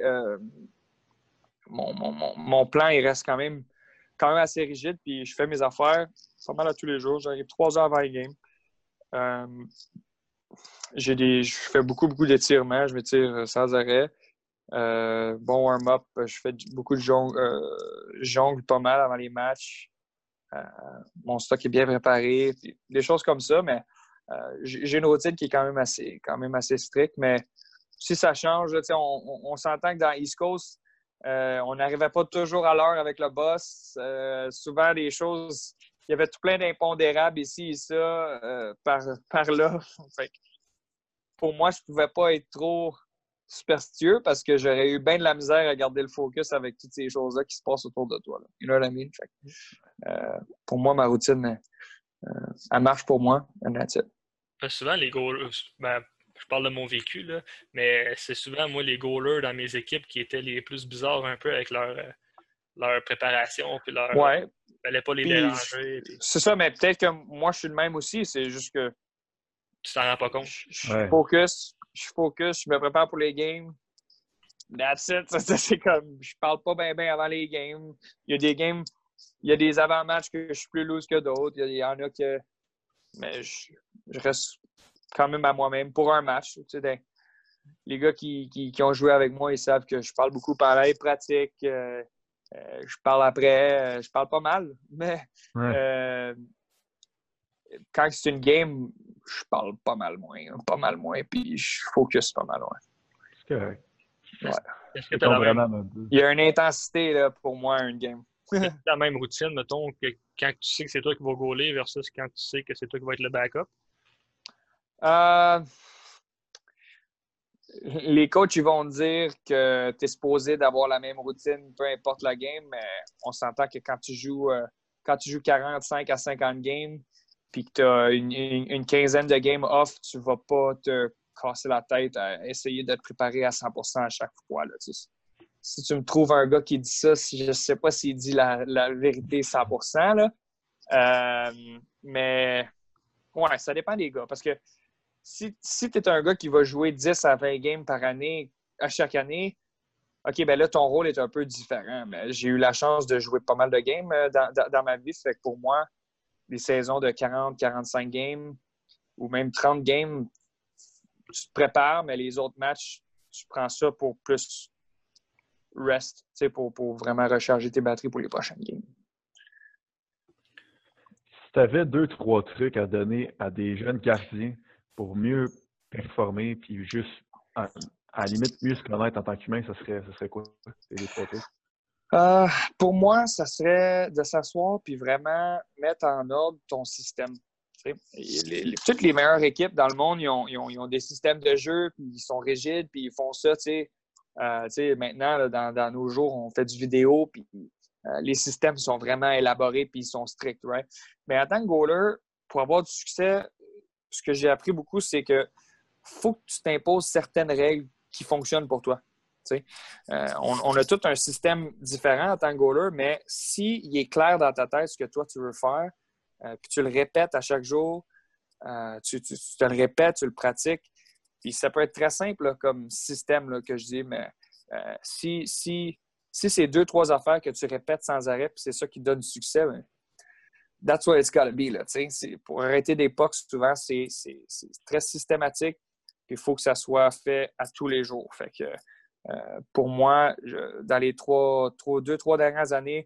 mon plan, il reste quand même assez rigide, puis je fais mes affaires pas mal à tous les jours. J'arrive 3 heures avant les games. Je fais beaucoup d'étirements. Je m'étire sans arrêt. Bon warm-up. Je fais beaucoup de jongle pas mal avant les matchs. Mon stock est bien préparé. Des choses comme ça, mais j'ai une routine qui est quand même assez stricte. Mais si ça change, là, on s'entend que dans East Coast, on n'arrivait pas toujours à l'heure avec le boss. Souvent, des choses... Il y avait tout plein d'impondérables ici et ça, par là. Fait que pour moi, je ne pouvais pas être trop superstitieux parce que j'aurais eu bien de la misère à garder le focus avec toutes ces choses-là qui se passent autour de toi. Là. You know what I mean? Fait que, pour moi, ma routine, elle marche pour moi. And that's it. Parce que souvent, les goalers... je parle de mon vécu, là, mais c'est souvent, moi, les goalers dans mes équipes qui étaient les plus bizarres un peu avec leur préparation puis leur... Ouais. Fallait pas les déranger. Puis... C'est ça, mais peut-être que moi, je suis le même aussi. C'est juste que... Tu t'en rends pas compte. Je suis focus, je me prépare pour les games. That's it. C'est comme, je parle pas bien avant les games. Il y a des avant-matchs que je suis plus loose que d'autres. Il y en a que... Mais je reste quand même à moi-même pour un match. Tu sais, les gars qui ont joué avec moi, ils savent que je parle beaucoup pareil, pratique. Je parle après, je parle pas mal, mais quand c'est une game, je parle pas mal moins, puis je focus pas mal moins. C'est correct. Ouais. Il y a une intensité là, pour moi, une game. La même routine, mettons, que quand tu sais que c'est toi qui vas goaler versus quand tu sais que c'est toi qui vas être le backup? Les coachs, ils vont dire que tu es supposé d'avoir la même routine, peu importe la game, mais on s'entend que quand tu joues 45 à 50 games, puis que tu as une quinzaine de games off, tu ne vas pas te casser la tête à essayer de te préparer à 100% à chaque fois. Là, si tu me trouves un gars qui dit ça, je ne sais pas s'il dit la vérité 100%, là. Mais ouais, ça dépend des gars. Parce que si tu es un gars qui va jouer 10 à 20 games par année, à chaque année, OK, ben là, ton rôle est un peu différent. Mais j'ai eu la chance de jouer pas mal de games dans ma vie. Fait que pour moi, les saisons de 40, 45 games ou même 30 games, tu te prépares, mais les autres matchs, tu prends ça pour plus rest, pour vraiment recharger tes batteries pour les prochaines games. Si tu avais 2-3 trucs à donner à des jeunes gardiens pour mieux performer, puis juste, à la limite, mieux se connaître en tant qu'humain, ça serait quoi, les 3 trucs? Pour moi, ça serait de s'asseoir puis vraiment mettre en ordre ton système. Toutes les meilleures équipes dans le monde, ils ont des systèmes de jeu, puis ils sont rigides, puis ils font ça. Maintenant, là, dans nos jours, on fait du vidéo, puis les systèmes sont vraiment élaborés, puis ils sont stricts. Right? Mais en tant que goaler, pour avoir du succès, ce que j'ai appris beaucoup, c'est que faut que tu t'imposes certaines règles qui fonctionnent pour toi. On a tout un système différent en tant que goaler, mais s'il est clair dans ta tête ce que toi tu veux faire, puis tu le répètes à chaque jour, tu te le répètes, tu le pratiques, puis ça peut être très simple là, comme système là, que je dis, mais si c'est 2-3 affaires que tu répètes sans arrêt, puis c'est ça qui donne du succès, ben, that's what it's gotta be. Là, pour arrêter des pucks, souvent, c'est très systématique, puis il faut que ça soit fait à tous les jours. Fait que pour moi, dans les 2-3 dernières années,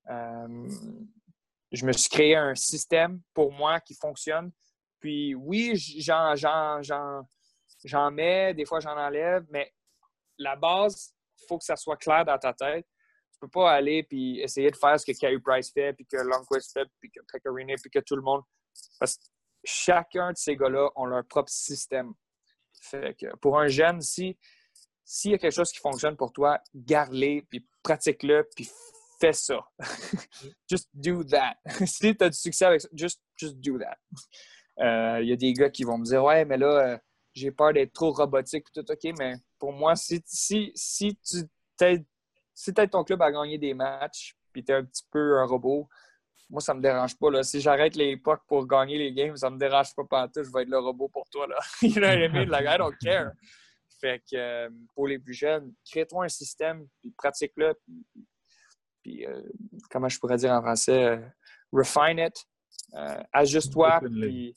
je me suis créé un système pour moi qui fonctionne. Puis oui, j'en mets, des fois j'en enlève, mais la base, il faut que ça soit clair dans ta tête. Tu peux pas aller puis essayer de faire ce que Carey Price fait, puis que Lundqvist fait, puis que Pekka-Rinne, puis que tout le monde. Parce que chacun de ces gars-là ont leur propre système. Fait que pour un jeune, s'il y a quelque chose qui fonctionne pour toi, garde-le, puis pratique-le, puis fais ça. Just do that. Si tu as du succès avec ça, just do that. Il y a des gars qui vont me dire « Ouais, mais là, j'ai peur d'être trop robotique. » Tout OK, mais pour moi, si tu t'aides ton club à gagner des matchs, puis tu es un petit peu un robot, moi, ça me dérange pas. Là. Si j'arrête les pucks pour gagner les games, ça me dérange pas pantoute. Je vais être le robot pour toi. Là. You know what I mean? Like, I don't care. Fait que pour les plus jeunes, crée-toi un système, puis pratique-le. Puis comment je pourrais dire en français? Refine it. Ajuste-toi. Puis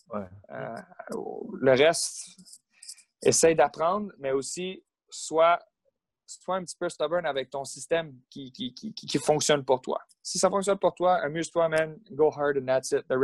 le reste, essaye d'apprendre, mais aussi sois un petit peu stubborn avec ton système qui fonctionne pour toi. Si ça fonctionne pour toi, amuse-toi, man. Go hard and that's it. Le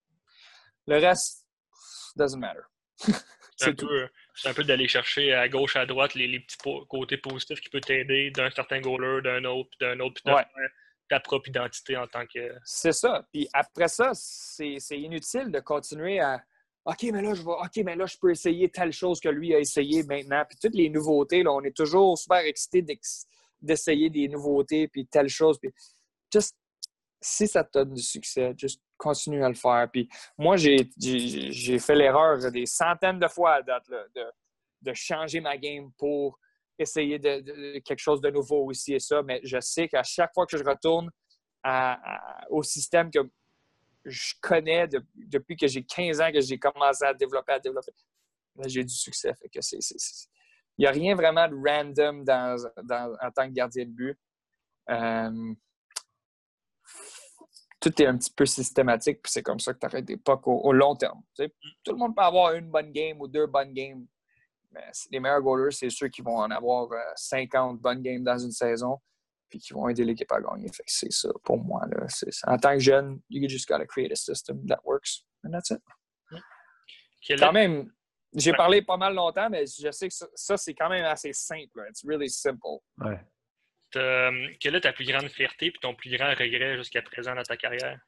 reste doesn't matter. C'est un peu d'aller chercher à gauche, à droite les petits côtés positifs qui peuvent t'aider d'un certain goaler, d'un autre, puis de faire ta propre identité en tant que... C'est ça. Puis après ça, c'est inutile de continuer à OK, mais là, je peux essayer telle chose que lui a essayé maintenant. Puis toutes les nouveautés, là, on est toujours super excités d'essayer des nouveautés, puis telle chose. Puis juste, si ça te donne du succès, juste continue à le faire. Puis moi, j'ai fait l'erreur des centaines de fois à date là, de changer ma game pour essayer de quelque chose de nouveau ici et ça. Mais je sais qu'à chaque fois que je retourne au système que je connais depuis que j'ai 15 ans que j'ai commencé à développer. Là, j'ai du succès. Fait que il n'y a rien vraiment de random en tant que gardien de but. Tout est un petit peu systématique, puis c'est comme ça que tu arrêtes des pucks au long terme. T'sais. Tout le monde peut avoir une bonne game ou 2 bonnes games. Mais les meilleurs goalers, c'est ceux qui vont en avoir 50 bonnes games dans une saison, puis qui vont aider l'équipe à gagner. Fait que c'est ça pour moi. Là. En tant que jeune, you just gotta create a system that works. And that's it. Quand même, j'ai parlé pas mal longtemps, mais je sais que ça c'est quand même assez simple. It's really simple. Ouais. Quelle est ta plus grande fierté et ton plus grand regret jusqu'à présent dans ta carrière?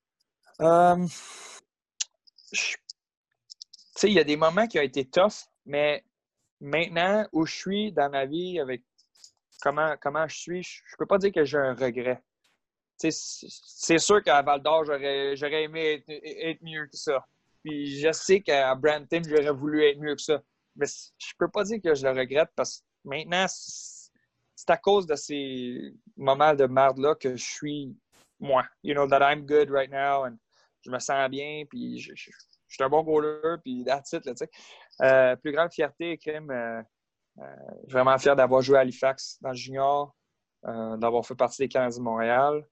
Tu sais, il y a des moments qui ont été tough, mais maintenant, où je suis dans ma vie, avec comment je suis, je peux pas dire que j'ai un regret. C'est sûr qu'à Val-d'Or, j'aurais aimé être mieux que ça. Puis je sais qu'à Brampton, j'aurais voulu être mieux que ça. Mais je peux pas dire que je le regrette parce que maintenant, c'est à cause de ces moments de merde-là que je suis moi. You know, that I'm good right now and je me sens bien, puis je suis un bon goaler, puis that's it, là, tu sais. Plus grande fierté, crime, vraiment fier d'avoir joué à Halifax dans le junior, d'avoir fait partie des Canadiens de Montréal.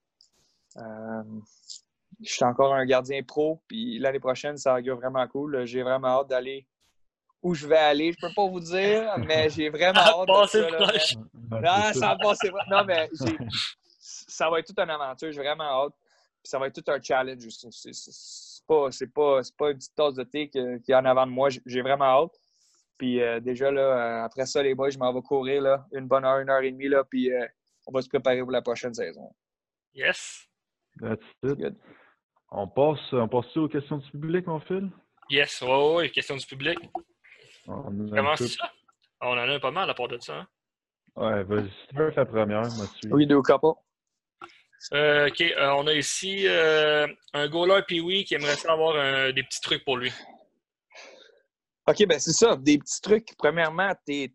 Je suis encore un gardien pro, puis l'année prochaine, ça augure vraiment cool. J'ai vraiment hâte d'aller où je vais aller. Je peux pas vous dire, mais j'ai vraiment hâte de ça. Là, ça va passer. Non, mais ça va être toute une aventure. J'ai vraiment hâte. Puis ça va être tout un challenge aussi. C'est pas une petite tasse de thé qui est en avant de moi. J'ai vraiment hâte. Puis déjà, là, après ça, les boys, je m'en vais courir là, une bonne heure, 1 heure et demie, là, puis on va se préparer pour la prochaine saison. Yes. That's it. Good. On passe aux questions du public, mon Phil? Yes, ouais, question du public. Comment tout. ça? On en a pas mal à part de ça. Hein? Ouais, vas-y, tu veux faire la première, moi, tu Oui, deux couple. OK, on a ici un goaler Pee-wee qui aimerait avoir des petits trucs pour lui. OK, ben c'est ça, des petits trucs. Premièrement, t'es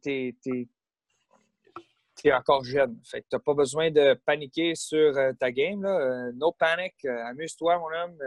encore jeune. Fait que t'as pas besoin de paniquer sur ta game. Là. No panic. Amuse-toi, mon homme.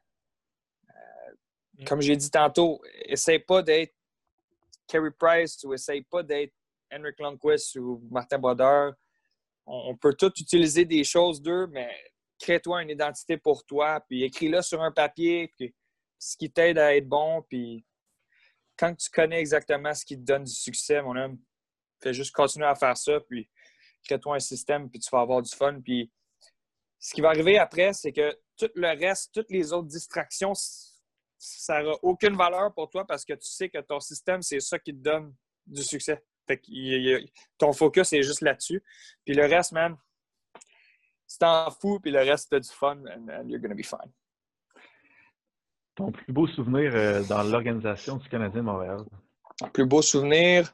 Comme j'ai dit tantôt, essaye pas d'être Carey Price ou essaye pas d'être Henrik Lundqvist ou Martin Brodeur. On peut tous utiliser des choses d'eux, mais crée-toi une identité pour toi, puis écris-le sur un papier, puis ce qui t'aide à être bon, puis quand tu connais exactement ce qui te donne du succès, mon homme, fais juste continuer à faire ça, puis crée-toi un système, puis tu vas avoir du fun. Puis ce qui va arriver après, c'est que tout le reste, toutes les autres distractions, ça n'aura aucune valeur pour toi parce que tu sais que ton système, c'est ça qui te donne du succès. Fait que ton focus est juste là-dessus. Puis le reste, man, tu t'en fous, puis le reste, tu as du fun, and you're gonna be fine. Ton plus beau souvenir dans l'organisation du Canadien de Montréal? Plus beau souvenir?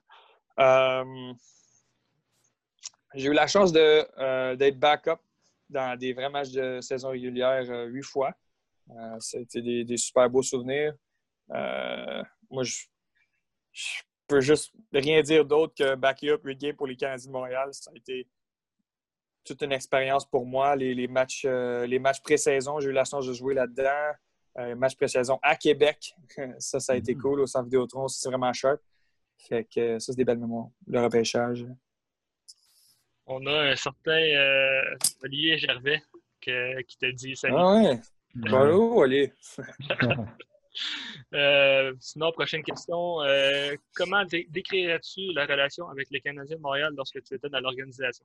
J'ai eu la chance d'être backup dans des vrais matchs de saison régulière 8 fois. C'était des super beaux souvenirs. Moi, je peux juste rien dire d'autre que backup 8 games pour les Canadiens de Montréal. Ça a été toute une expérience pour moi. Les matchs pré-saison, j'ai eu la chance de jouer là-dedans. Les matchs pré-saison à Québec, ça a été cool. Au Centre Vidéotron, c'est vraiment sharp. Fait que ça, c'est des belles mémoires. Le repêchage. On a un certain Olivier Gervais qui te dit salut. Ah ouais? Bonjour, Olivier. Sinon, prochaine question. Comment décrirais-tu la relation avec les Canadiens de Montréal lorsque tu étais dans l'organisation?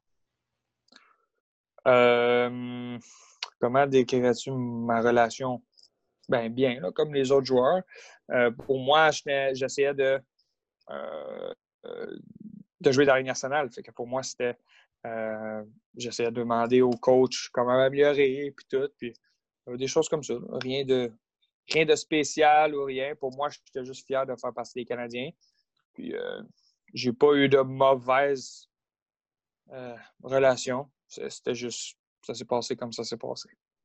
Comment décrirais-tu ma relation? Ben, bien, là, comme les autres joueurs. Pour moi, j'essayais de jouer dans la Ligue nationale. Fait que pour moi, c'était j'essayais de demander au coach comment m'améliorer, puis tout. Puis des choses comme ça. Là. Rien de spécial ou rien. Pour moi, j'étais juste fier de faire partie des Canadiens. Puis j'ai pas eu de mauvaise relation. C'était juste, ça s'est passé comme ça s'est passé.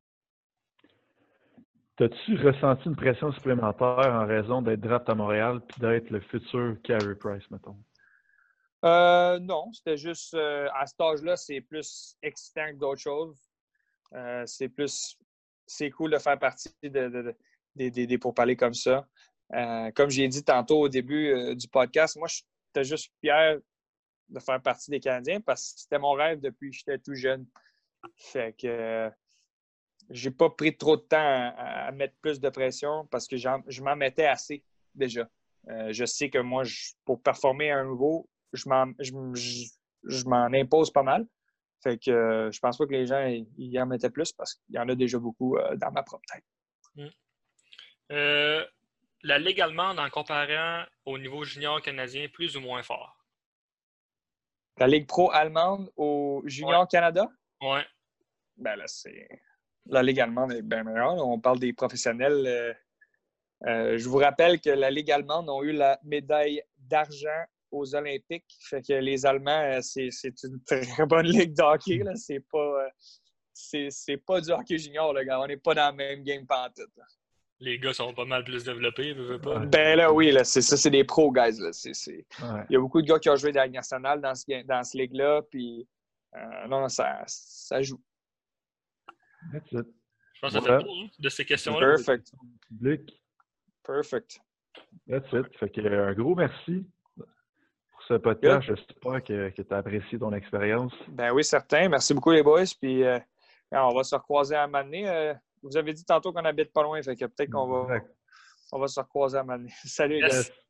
T'as-tu ressenti une pression supplémentaire en raison d'être draft à Montréal puis d'être le futur Carey Price, mettons? Non, c'était juste, à cet âge-là, c'est plus excitant que d'autres choses. C'est cool de faire partie des pourparlers comme ça. Comme j'ai dit tantôt au début du podcast, moi, j'étais juste fier de faire partie des Canadiens parce que c'était mon rêve depuis que j'étais tout jeune. Fait que j'ai pas pris trop de temps à mettre plus de pression parce que je m'en mettais assez déjà. Je sais que moi, pour performer à un niveau, je m'en impose pas mal. Fait que je pense pas que les gens y en mettaient plus parce qu'il y en a déjà beaucoup dans ma propre tête. La Ligue allemande, en comparant au niveau junior canadien, plus ou moins fort? La Ligue pro allemande au junior Canada? Oui. Ben là, la Ligue allemande est bien meilleure. On parle des professionnels. Je vous rappelle que la Ligue allemande a eu la médaille d'argent aux Olympiques. Fait que les Allemands, c'est une très bonne ligue de hockey. Là. C'est pas du hockey junior, le gars. On n'est pas dans le même game pantoute. Les gars sont pas mal plus développés, veux pas. Ben là, oui, là, c'est des pros, guys. Là. Il y a beaucoup de gars qui ont joué dans la Ligue nationale dans cette ligue-là. Puis, non, ça joue. That's it. Je pense que c'est le tour de ces questions-là. Perfect. Perfect. That's it. Fait que, un gros merci pour ce podcast. J'espère que tu as apprécié ton expérience. Ben oui, certain. Merci beaucoup, les boys. Puis, on va se recroiser à un moment donné. Vous avez dit tantôt qu'on habite pas loin. Fait que peut-être qu'on va se recroiser à un moment donné. Salut, les gars.